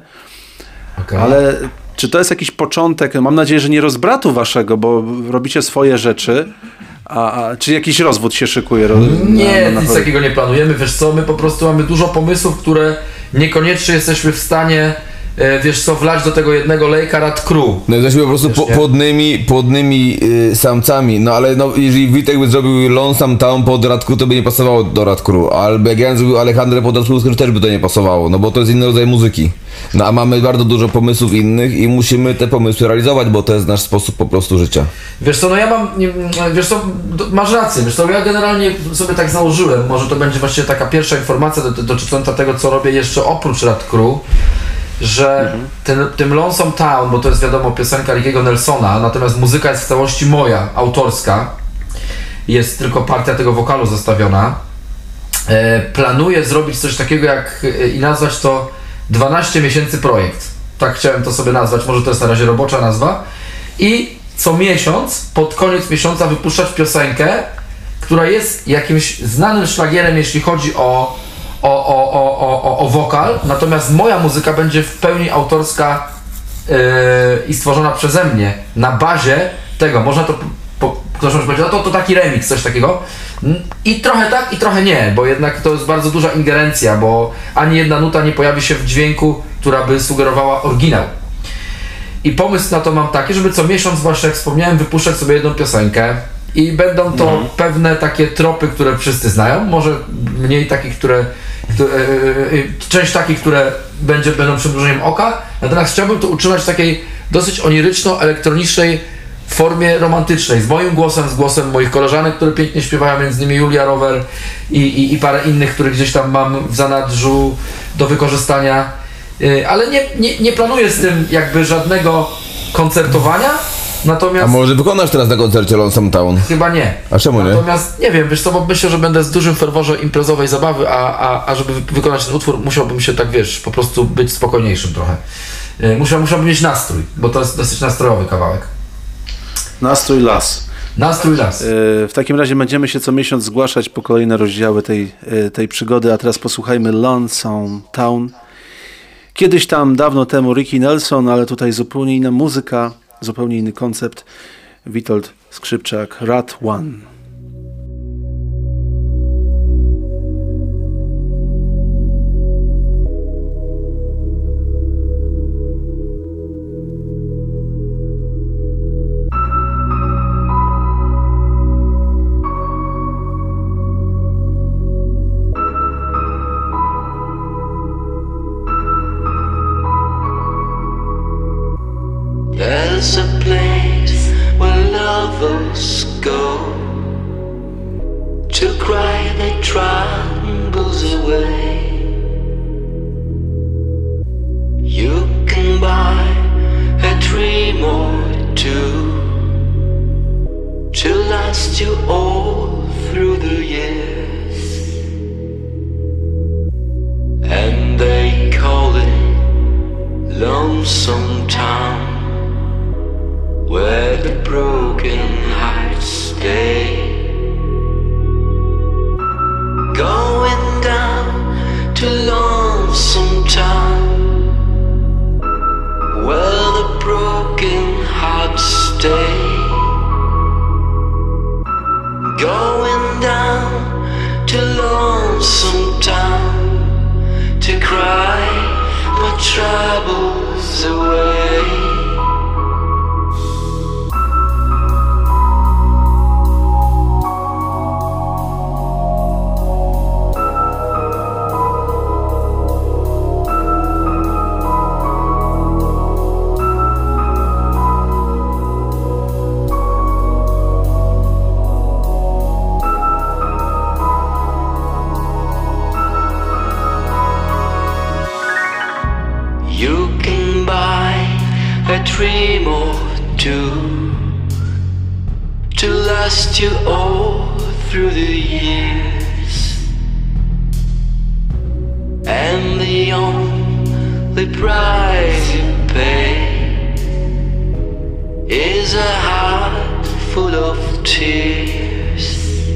ale czy to jest jakiś początek, mam nadzieję, że nie rozbratu waszego, bo robicie swoje rzeczy, a czy jakiś rozwód się szykuje? Nie, nic takiego nie planujemy, wiesz co, my po prostu mamy dużo pomysłów, które niekoniecznie jesteśmy w stanie, wiesz co, wlać do tego jednego lejka Rad Crew. No jesteśmy po prostu płodnymi samcami, no ale no, jeżeli Witek by zrobił Lonesome Town pod Rad Crew, to by nie pasowało do Rad Crew, albo jak ja zrobił Alejandro pod Rad Crew, też by to nie pasowało, no bo to jest inny rodzaj muzyki. No a mamy bardzo dużo pomysłów innych i musimy te pomysły realizować, bo to jest nasz sposób po prostu życia. Wiesz co, no ja mam, wiesz co, masz rację, wiesz co, ja generalnie sobie tak założyłem, może to będzie właściwie taka pierwsza informacja dotycząca tego, co robię jeszcze oprócz Rad Crew, że tym Lonesome Town, bo to jest wiadomo piosenka Rickiego Nelsona, natomiast muzyka jest w całości moja, autorska, jest tylko partia tego wokalu zostawiona. Planuję zrobić coś takiego jak i nazwać to 12 miesięcy projekt. Tak chciałem to sobie nazwać, może to jest na razie robocza nazwa. I co miesiąc, pod koniec miesiąca wypuszczać piosenkę, która jest jakimś znanym szlagierem, jeśli chodzi o wokal, natomiast moja muzyka będzie w pełni autorska i stworzona przeze mnie na bazie tego, można to, ktoś może powiedzieć, no to taki remix, coś takiego i trochę tak i trochę nie, bo jednak to jest bardzo duża ingerencja, bo ani jedna nuta nie pojawi się w dźwięku, która by sugerowała oryginał. I pomysł na to mam taki, żeby co miesiąc, właśnie jak wspomniałem, wypuszczać sobie jedną piosenkę i będą to pewne takie tropy, które wszyscy znają, może mniej takich, część takich, które będą przymrużeniem oka, natomiast chciałbym to utrzymać takiej dosyć oniryczno-elektronicznej w formie romantycznej, z moim głosem, z głosem moich koleżanek, które pięknie śpiewają, między innymi Julia Rower i parę innych, których gdzieś tam mam w zanadrzu do wykorzystania. Ale nie planuję z tym jakby żadnego koncertowania, natomiast... A może wykonasz teraz na koncercie Lonesome Town? Chyba nie. A czemu nie? Natomiast nie wiem, wiesz co, bo myślę, że będę z dużym ferworze imprezowej zabawy, a żeby wykonać ten utwór, musiałbym się tak, wiesz, po prostu być spokojniejszym trochę. Musiałbym mieć nastrój, bo to jest dosyć nastrojowy kawałek. Nastrój las. Nastrój las. W takim razie będziemy się co miesiąc zgłaszać po kolejne rozdziały tej przygody, a teraz posłuchajmy Lonesome Town. Kiedyś tam, dawno temu Ricky Nelson, ale tutaj zupełnie inna muzyka, zupełnie inny koncept. Witold Skrzypczak, Rat One. There's a place where lovers go to cry their troubles away. You can buy a dream or two to last you all through the years, and they call it Lonesome Town, where the broken hearts stay. Going down to Lonesome Town, where the broken hearts stay. Going down to Lonesome Town to cry my troubles away. Dream or two to last you all through the years, and the only price you pay is a heart full of tears.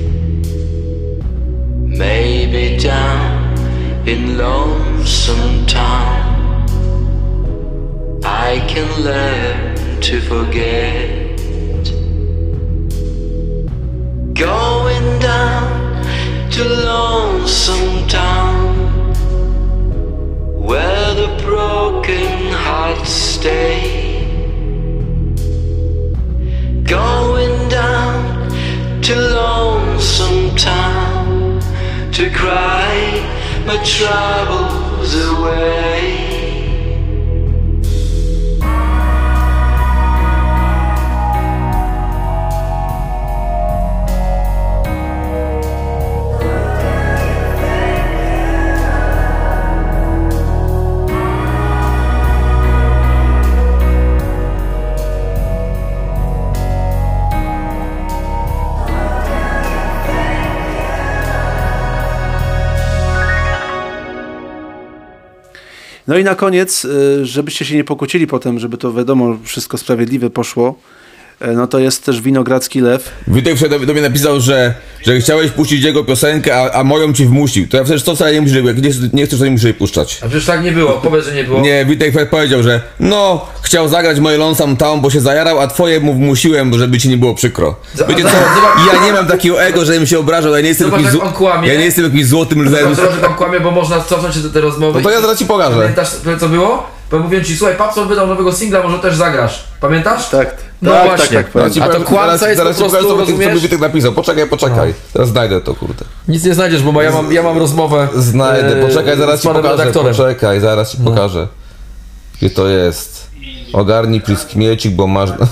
Maybe down in Lonesome Town I can learn to forget. Going down to Lonesome Town, where the broken hearts stay. Going down to Lonesome Town to cry my troubles away. No i na koniec, żebyście się nie pokłócili potem, żeby to wiadomo, wszystko sprawiedliwe poszło, no to jest też Winogradzki Lew. Witek do mnie napisał, że chciałeś puścić jego piosenkę, a moją ci wmusił. To ja przecież to wcale nie muszę, jak nie chcesz, to nie muszę jej puszczać. A przecież tak nie było, powiedz, że nie było. Nie, Witek powiedział, że no, chciał zagrać moje Lonesome Town, bo się zajarał, a twoje mu wmusiłem, żeby ci nie było przykro. Wiecie co, ja nie mam takiego ego, żebym się obrażał, ja nie jestem jakimś złotym lwem. Zobacz, że tam kłamie, bo można cofnąć się do tej rozmowy. No to ja zaraz ci pokażę. Pamiętasz, co było? Bo mówiłem ci, słuchaj, Papson wydał nowego singla, może też zagrasz. Pamiętasz? Tak. No tak, właśnie. Tak. A to kłamca jest po prostu, rozumiesz? Co mi Witek napisał. Poczekaj. No. Teraz znajdę to, kurde. Nic nie znajdziesz, bo ja mam rozmowę. Znajdę, poczekaj, zaraz ci pokażę. Redaktorem. Poczekaj, zaraz ci pokażę. Gdzie to jest? Ogarnij pliskmiecik, bo masz...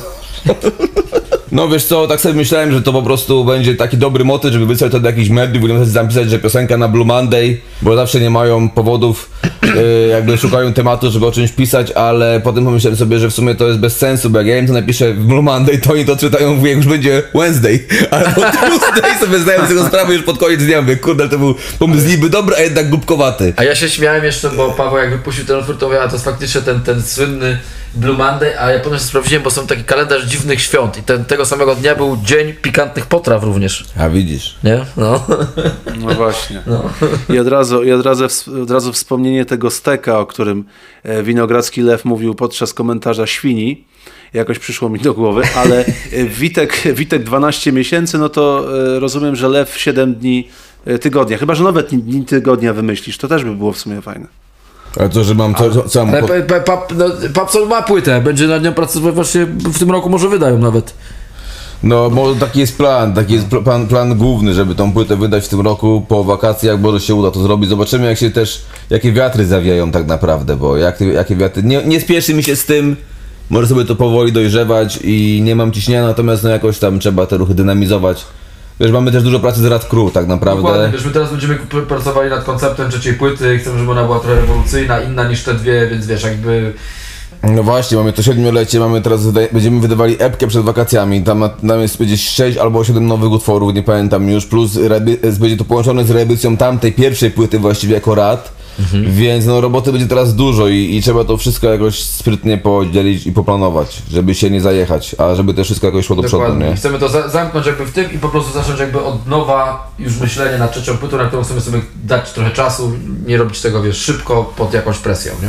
No wiesz co, tak sobie myślałem, że to po prostu będzie taki dobry motyw, żeby wysłać to do jakichś mediów i zapisać, że piosenka na Blue Monday, bo zawsze nie mają powodów, jakby szukają tematu, żeby o czymś pisać, ale potem pomyślałem sobie, że w sumie to jest bez sensu, bo jak ja im to napiszę w Blue Monday, to oni to czytają, jak już będzie Wednesday, albo Tuesday, sobie zdają z tego sprawę już pod koniec dnia, mówię, kurde, to był pomysł niby dobry, a jednak głupkowaty. A ja się śmiałem jeszcze, bo Paweł jak wypuścił ten utwór, to mówię, a to jest faktycznie ten słynny Blue Monday, a ja potem się sprawdziłem, bo są taki kalendarz dziwnych świąt i tego samego dnia był dzień pikantnych potraw również. A widzisz. Nie? No. No właśnie. No. I od razu wspomnienie tego steka, o którym Winogrodzki Lew mówił podczas komentarza Świni, jakoś przyszło mi do głowy, ale Witek 12 miesięcy, no to rozumiem, że Lew 7 dni tygodnia, chyba że nowe dni tygodnia wymyślisz, to też by było w sumie fajne. Ale to, że mam co mam... Papson ma płytę, będzie nad nią pracować właśnie w tym roku, może wydają nawet. No, bo taki jest plan główny, żeby tą płytę wydać w tym roku po wakacjach, bo się uda to zrobić. Zobaczymy jakie wiatry zawijają tak naprawdę, bo jakie wiatry... Nie spieszy mi się z tym, może sobie to powoli dojrzewać i nie mam ciśnienia, natomiast no jakoś tam trzeba te ruchy dynamizować. Wiesz, mamy też dużo pracy z Rad Crew, tak naprawdę. Dokładnie, wiesz, my teraz będziemy pracowali nad konceptem trzeciej płyty, chcemy, żeby ona była trochę rewolucyjna, inna niż te dwie, więc wiesz, jakby... No właśnie, mamy to 7-lecie, będziemy wydawali epkę przed wakacjami, tam będzie 6 albo 7 nowych utworów, nie pamiętam już, plus będzie to połączone z reedycją tamtej pierwszej płyty właściwie jako Rad. Więc no roboty będzie teraz dużo i trzeba to wszystko jakoś sprytnie podzielić i poplanować, żeby się nie zajechać, a żeby też wszystko jakoś szło do przodu, nie? Chcemy to zamknąć jakby w tym i po prostu zacząć jakby od nowa już myślenie nad trzecią płytą, na którą chcemy sobie dać trochę czasu, nie robić tego, wiesz, szybko, pod jakąś presją, nie?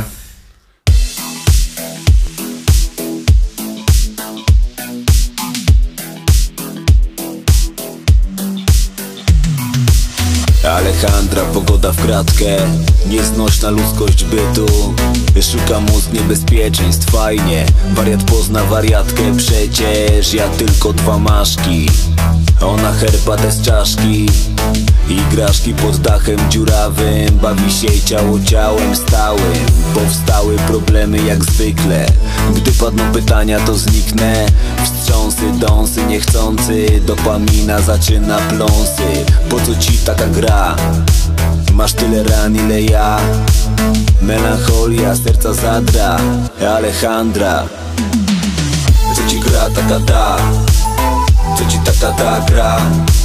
Alejandra, pogoda w kratkę, nieznośna ludzkość bytu. Szuka mózg niebezpieczeństw, fajnie. Wariat pozna wariatkę, przecież ja tylko 2 maszki. Ona herbatę z czaszki, igraszki pod dachem dziurawym. Bawi się ciało ciałem stałym. Powstały problemy jak zwykle. Gdy padną pytania, to zniknę. Wstrząsy, dąsy niechcący. Dopamina zaczyna pląsy. Po co ci taka gra? Masz tyle ran ile ja. Melancholia serca zadra. Alejandra, co ci gra taka da? Co ci taka gra?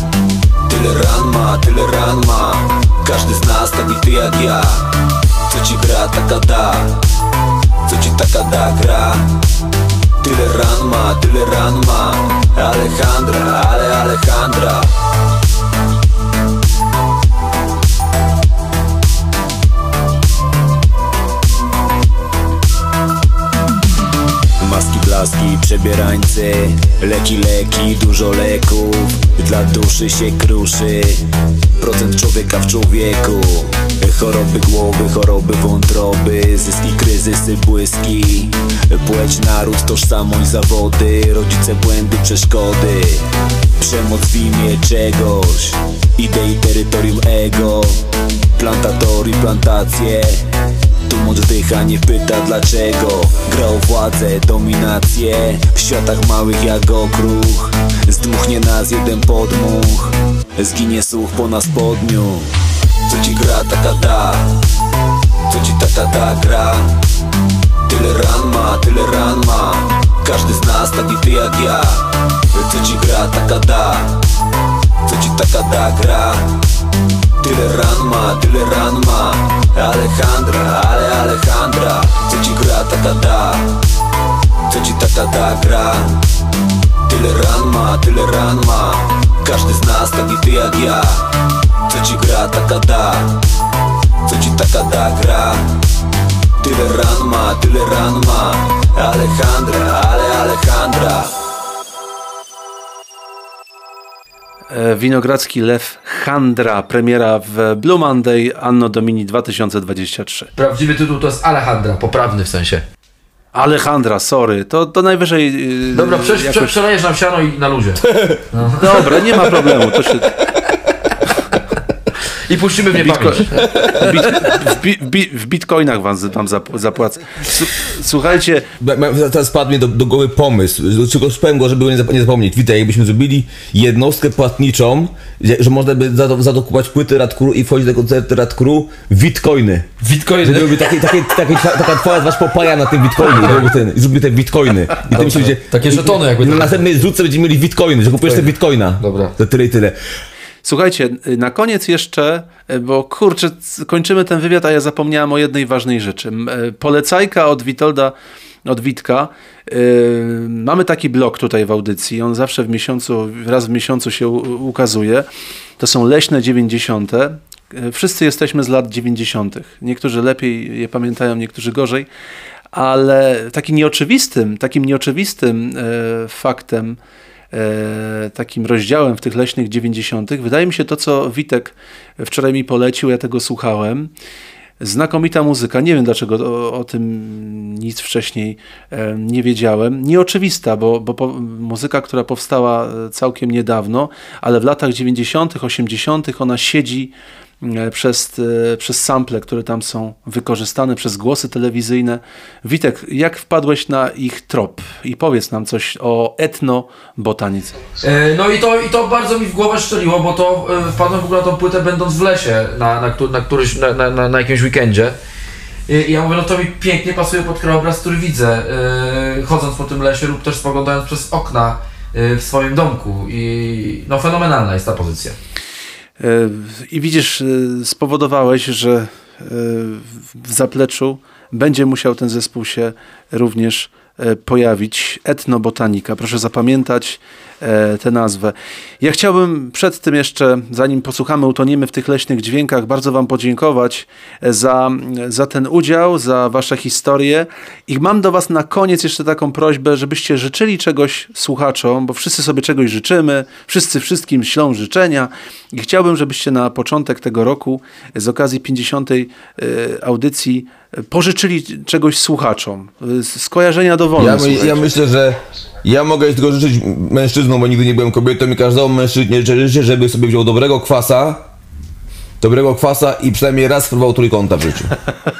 Tyle ran ma. Każdy z nas taki ty jak ja. Co ci gra taka da? Co ci taka da gra? Tyle ran ma. Alejandra, Alejandra. Maski, blaski, przebierańcy. Leki, dużo leków. Dla duszy się kruszy. Procent człowieka w człowieku. Choroby głowy, choroby wątroby. Zyski, kryzysy, błyski. Płeć, naród, tożsamość, zawody. Rodzice, błędy, przeszkody. Przemoc w imię czegoś. Idei, terytorium, ego. Plantatory, plantacje. Tu oddycha, nie pyta dlaczego. Gra o władzę, dominację. W światach małych jak okruch. Zdmuchnie nas jeden podmuch. Zginie słuch po nas podniu. Co ci gra taka da? Co ci taka da gra? Tyle ran ma. Każdy z nas taki ty jak ja. Co ci gra taka da? Co ci taka da gra? Tyle ran ma. Alejandra, Alejandra. Co ci gra taka da? Co ci taka da gra? Tyle ran ma. Każdy z nas taki ty jak ja. Co ci gra taka da? Co ci taka da gra? Tyle ran ma. Alejandra, Alejandra. Winogrodzki Lew Handra, premiera w Blue Monday Anno Domini 2023. Prawdziwy tytuł to jest Alejandra, poprawny w sensie. Alejandra, sorry, to najwyżej... Dobra, przelejesz nam siano i na luzie. No. Dobra, nie ma problemu, to się... I puścimy w niepamięć. W bitcoinach wam zapłacę. Słuchajcie... Teraz spadł mi do głowy pomysł, tylko powiem go, żeby go nie zapomnieć. Witaj, jakbyśmy zrobili jednostkę płatniczą, że można by za to kupować płyty Radkuru i wchodzić do koncerty Radkuru w bitcoiny. Bitcoiny? Że byłby taka twoja twarz popaja na tym bitcoinie i zrobimy te bitcoiny. I to mi się będzie... Takie żetony jakby. Na następnej zrzutce będziemy mieli bitcoiny, że kupujesz te bitcoina. Dobra. To tyle i tyle. Słuchajcie, na koniec jeszcze, bo kurczę, kończymy ten wywiad, a ja zapomniałem o jednej ważnej rzeczy. Polecajka od Witka. Mamy taki blog tutaj w audycji, on zawsze raz w miesiącu się ukazuje. To są Leśne 90. Wszyscy jesteśmy z lat 90. Niektórzy lepiej je pamiętają, niektórzy gorzej, ale takim nieoczywistym faktem, takim rozdziałem w tych Leśnych 90. wydaje mi się to, co Witek wczoraj mi polecił, ja tego słuchałem. Znakomita muzyka, nie wiem dlaczego o tym nic wcześniej nie wiedziałem. Nieoczywista, bo muzyka, która powstała całkiem niedawno, ale w latach 90., 80. ona siedzi przez sample, które tam są wykorzystane, przez głosy telewizyjne. Witek, jak wpadłeś na ich trop? I powiedz nam coś o etnobotanice. No i to bardzo mi w głowę szczeliło, bo to wpadłem w ogóle na tą płytę będąc w lesie na jakimś weekendzie. I ja mówię, no to mi pięknie pasuje pod krajobraz, który widzę, chodząc po tym lesie lub też spoglądając przez okna w swoim domku. I no fenomenalna jest ta pozycja. I widzisz, spowodowałeś, że w zapleczu będzie musiał ten zespół się również pojawić. Etnobotanika. Proszę zapamiętać tę nazwę. Ja chciałbym przed tym jeszcze, zanim posłuchamy, utoniemy w tych leśnych dźwiękach, bardzo wam podziękować za ten udział, za wasze historie. I mam do was na koniec jeszcze taką prośbę, żebyście życzyli czegoś słuchaczom, bo wszyscy sobie czegoś życzymy, wszyscy wszystkim ślą życzenia i chciałbym, żebyście na początek tego roku z okazji 50. audycji pożyczyli czegoś słuchaczom. Skojarzenia dowolne. Ja myślę, że ja mogę tylko życzyć mężczyznom, bo nigdy nie byłem kobietą i każdemu mężczyźnie życzę, żeby sobie wziął dobrego kwasa i przynajmniej raz spróbował trójkąta w życiu.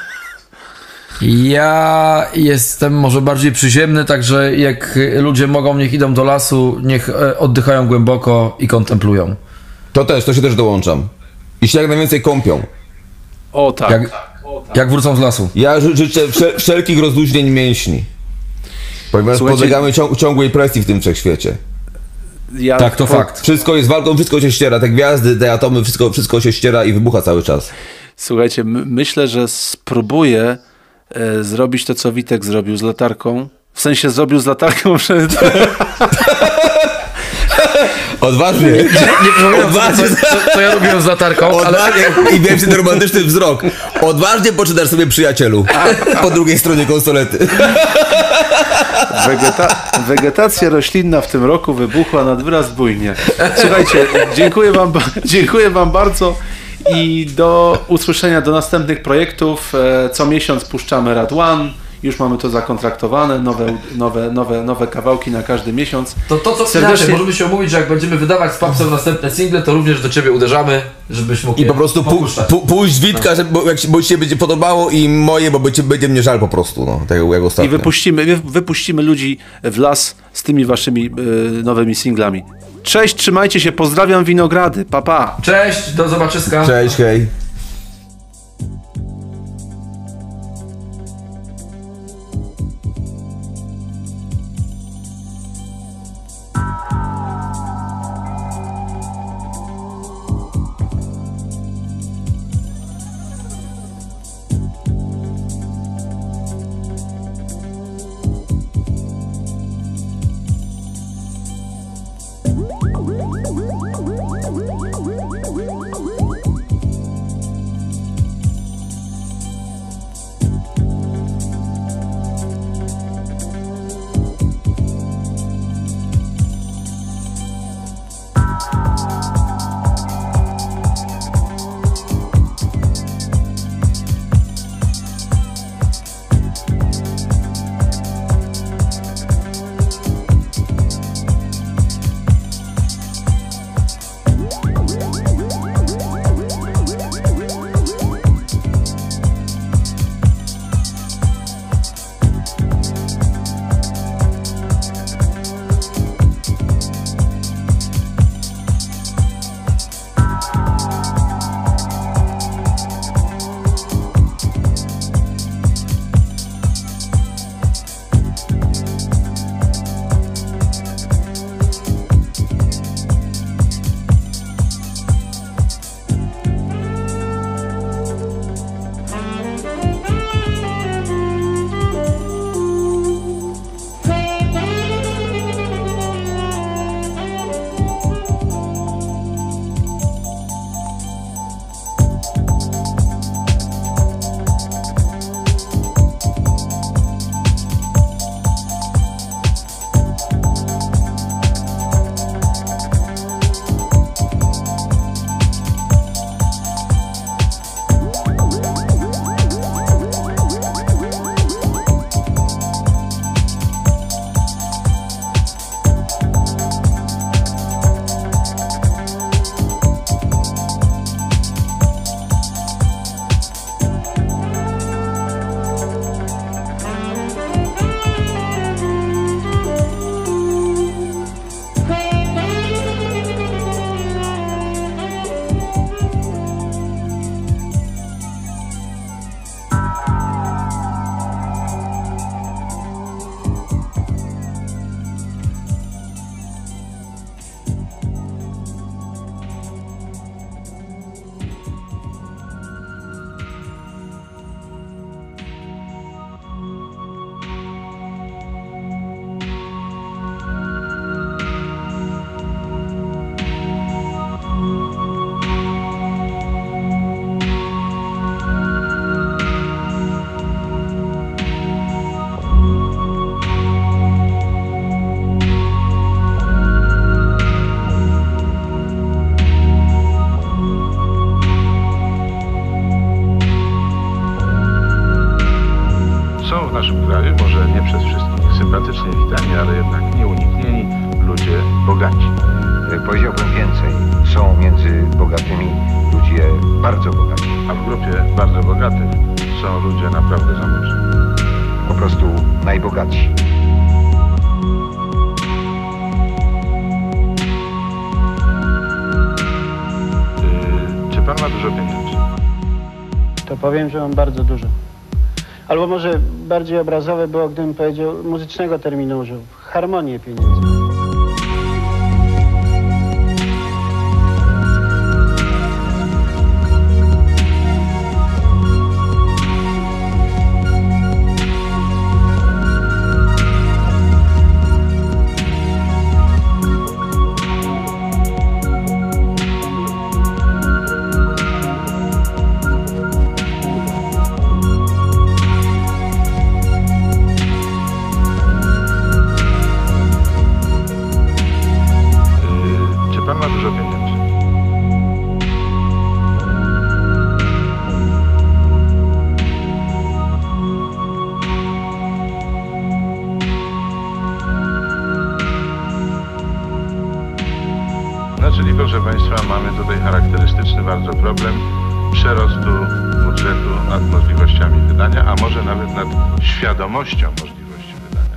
Ja jestem może bardziej przyziemny, także jak ludzie mogą, niech idą do lasu, niech oddychają głęboko i kontemplują. To się też dołączam. I się jak najwięcej kąpią. O tak. Jak wrócą z lasu. Ja życzę wszelkich rozluźnień mięśni. Ponieważ podlegamy ciągłej presji w tym wszechświecie. Tak, to fakt. Wszystko jest walką, wszystko się ściera. Te gwiazdy, te atomy, wszystko się ściera i wybucha cały czas. Słuchajcie, myślę, że spróbuję zrobić to, co Witek zrobił z latarką. W sensie zrobił z latarką Odważnie. Odważnie. Co ja robiłem z latarką. Odważnie. I wiem, że ten romantyczny wzrok. Odważnie poczytasz sobie, przyjacielu. Po drugiej stronie konsolety. Wegetacja roślinna w tym roku wybuchła nad wyraz bujnie. Słuchajcie, dziękuję wam bardzo i do usłyszenia, do następnych projektów. Co miesiąc puszczamy Rad One. Już mamy to zakontraktowane, nowe kawałki na każdy miesiąc. To co serdecznie możemy się umówić, że jak będziemy wydawać z Papsem następne single, to również do ciebie uderzamy, żebyś mógł i po prostu pójść Witka, bo ci się będzie podobało i moje, bo będzie mnie żal po prostu, no, tak jak ostatnio. I wypuścimy ludzi w las z tymi waszymi nowymi singlami. Cześć, trzymajcie się, pozdrawiam Winogrady, pa pa. Cześć, do zobaczyska. Cześć, hej. w naszym kraju, może nie przez wszystkich sympatycznie witani, ale jednak nieuniknieni ludzie bogaci. Powiedziałbym więcej. Są między bogatymi ludzie bardzo bogaci. A w grupie bardzo bogatych są ludzie naprawdę zamożni. Po prostu najbogatsi. Czy pan ma dużo pieniędzy? To powiem, że mam bardzo dużo. Albo może bardziej obrazowe było, gdybym powiedział muzycznego terminu użył. Harmonię pieniędzy. Czyli, proszę Państwa, mamy tutaj charakterystyczny bardzo problem przerostu budżetu nad możliwościami wydania, a może nawet nad świadomością możliwości wydania.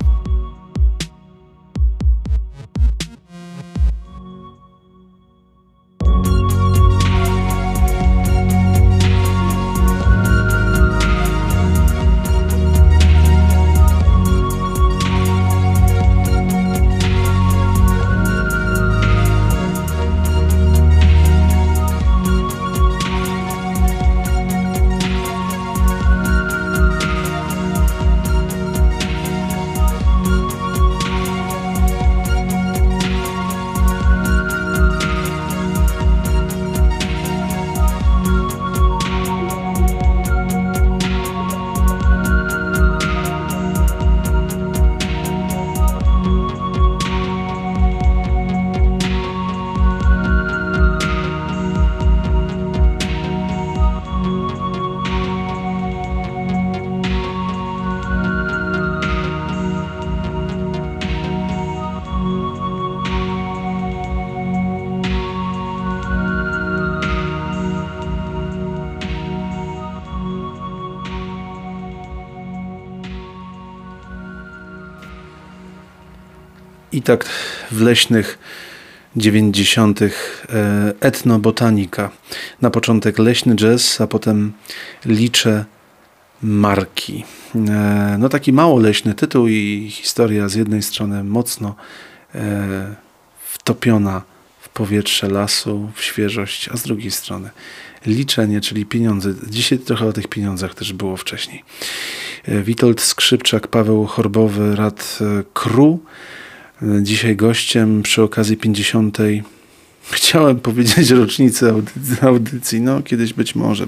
I tak w leśnych 90. etnobotanika. Na początek leśny jazz, a potem licze marki. No taki mało leśny tytuł i historia z jednej strony mocno wtopiona w powietrze lasu, w świeżość, a z drugiej strony liczenie, czyli pieniądze. Dzisiaj trochę o tych pieniądzach też było wcześniej. Witold Skrzypczak, Paweł Chorbowy, Rad Kru. Dzisiaj gościem przy okazji 50. Chciałem powiedzieć rocznicy audycji. No kiedyś być może.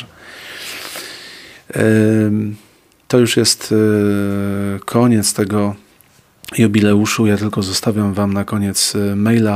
To już jest koniec tego jubileuszu. Ja tylko zostawiam wam na koniec maila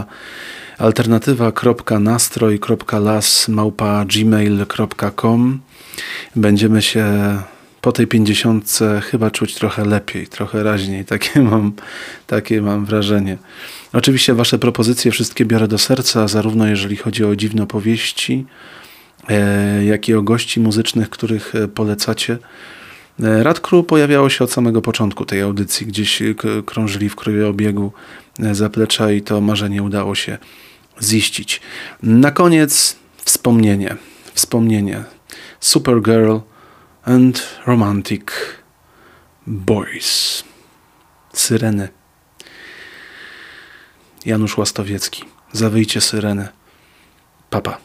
alternatywa.nastroy.las@gmail.com. Będziemy się po tej 50 chyba czuć trochę lepiej, trochę raźniej. Takie mam wrażenie. Oczywiście wasze propozycje wszystkie biorę do serca, zarówno jeżeli chodzi o dziwne opowieści, jak i o gości muzycznych, których polecacie. Rad Kru pojawiało się od samego początku tej audycji. Gdzieś krążyli w krwiobiegu zaplecza i to marzenie udało się ziścić. Na koniec wspomnienie. Supergirl and Romantic Boys. Syreny. Janusz Łastowiecki. Zawyjcie syreny. Papa.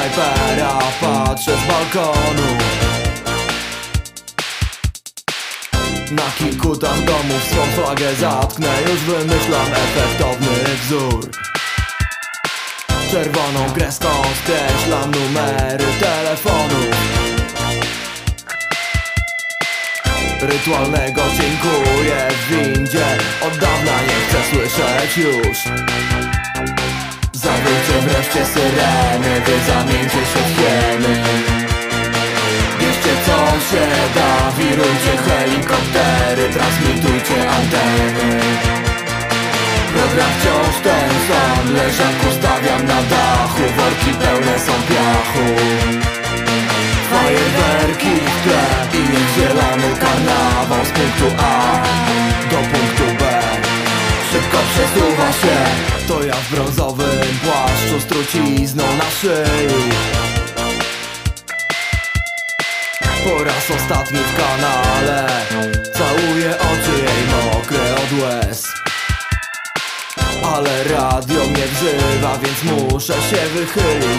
snajpera patrzę z balkonu. Na kilku tam domów swą flagę zatknę. Już wymyślam efektowny wzór. Czerwoną kreską skreślam numery telefonów. Rytualnego dziękuję w windzie. Od dawna nie chcę słyszeć już. Zawyjcie wreszcie syreny, wy zamieńcie się w hieny. Bierzcie co się da, wirujcie helikoptery, transmitujcie anteny. Program wciąż ten sam, leżaku stawiam na dachu, worki pełne są piachu. Fajerwerki w tle i niech zielony karnawał z punktu A do punktu B szybko przesuwa się. To ja w brązowym płaszczu z trucizną na szyi. Po raz ostatni w kanale całuję oczy jej mokre od łez. Ale radio mnie wzywa, więc muszę się wychylić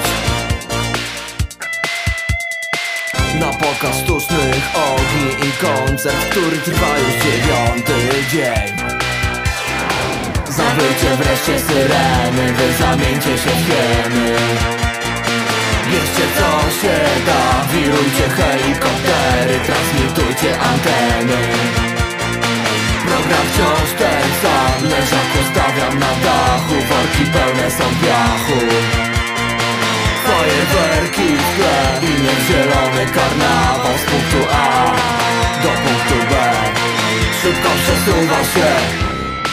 na pokaz sztucznych ogni i koncert, który trwa już 9. dzień. Zawyjcie wreszcie syreny, wy zamieńcie się w hieny. Bierzcie co się da, wirujcie helikoptery, transmitujcie anteny. Program wciąż ten sam, leżaku stawiam na dachu, worki pełne są piachu. Fajerwerki w tle i niech zielony karnawał z punktu A do punktu B szybko przesuwa się.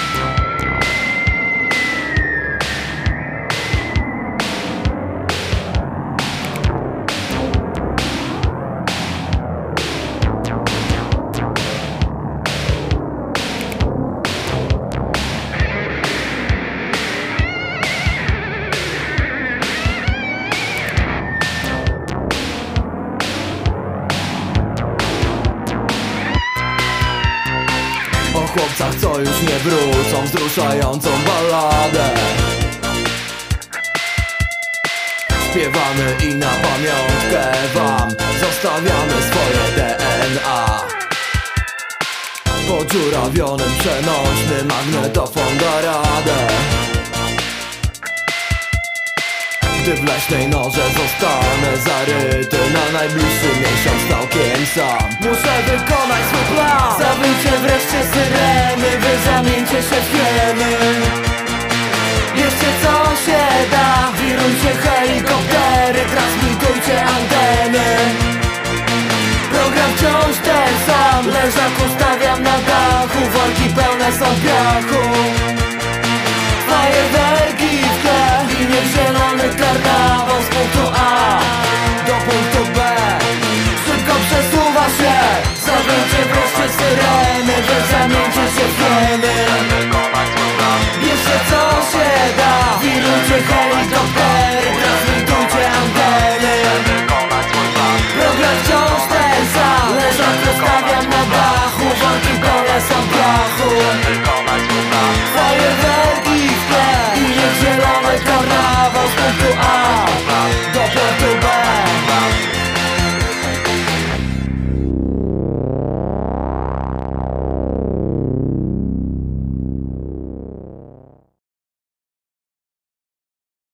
O chłopcach, co już nie wrócą, wzruszającą balladę śpiewamy i na pamiątkę wam zostawiamy swoje DNA. Podziurawionym przenośny magnetofon da radę, gdy w leśnej norze zostanę zaryty na najbliższy miesiąc całkiem sam. Muszę wykonać swój plan. Zawyjcie wreszcie syreny, wy zamieńcie się w hieny. Bierzcie co się da, wirujcie helikoptery, transmitujcie anteny. Program wciąż ten sam, leżaku stawiam na dachu, worki pełne są piachu. Fajerwerki w tle i niech zielony karnawał z punktu A do punktu B szybko przesuwa się. Zawyjcie wreszcie syreny, wy zamieńcie się w hieny. Bierzcie co się da, wirujcie helikoptery,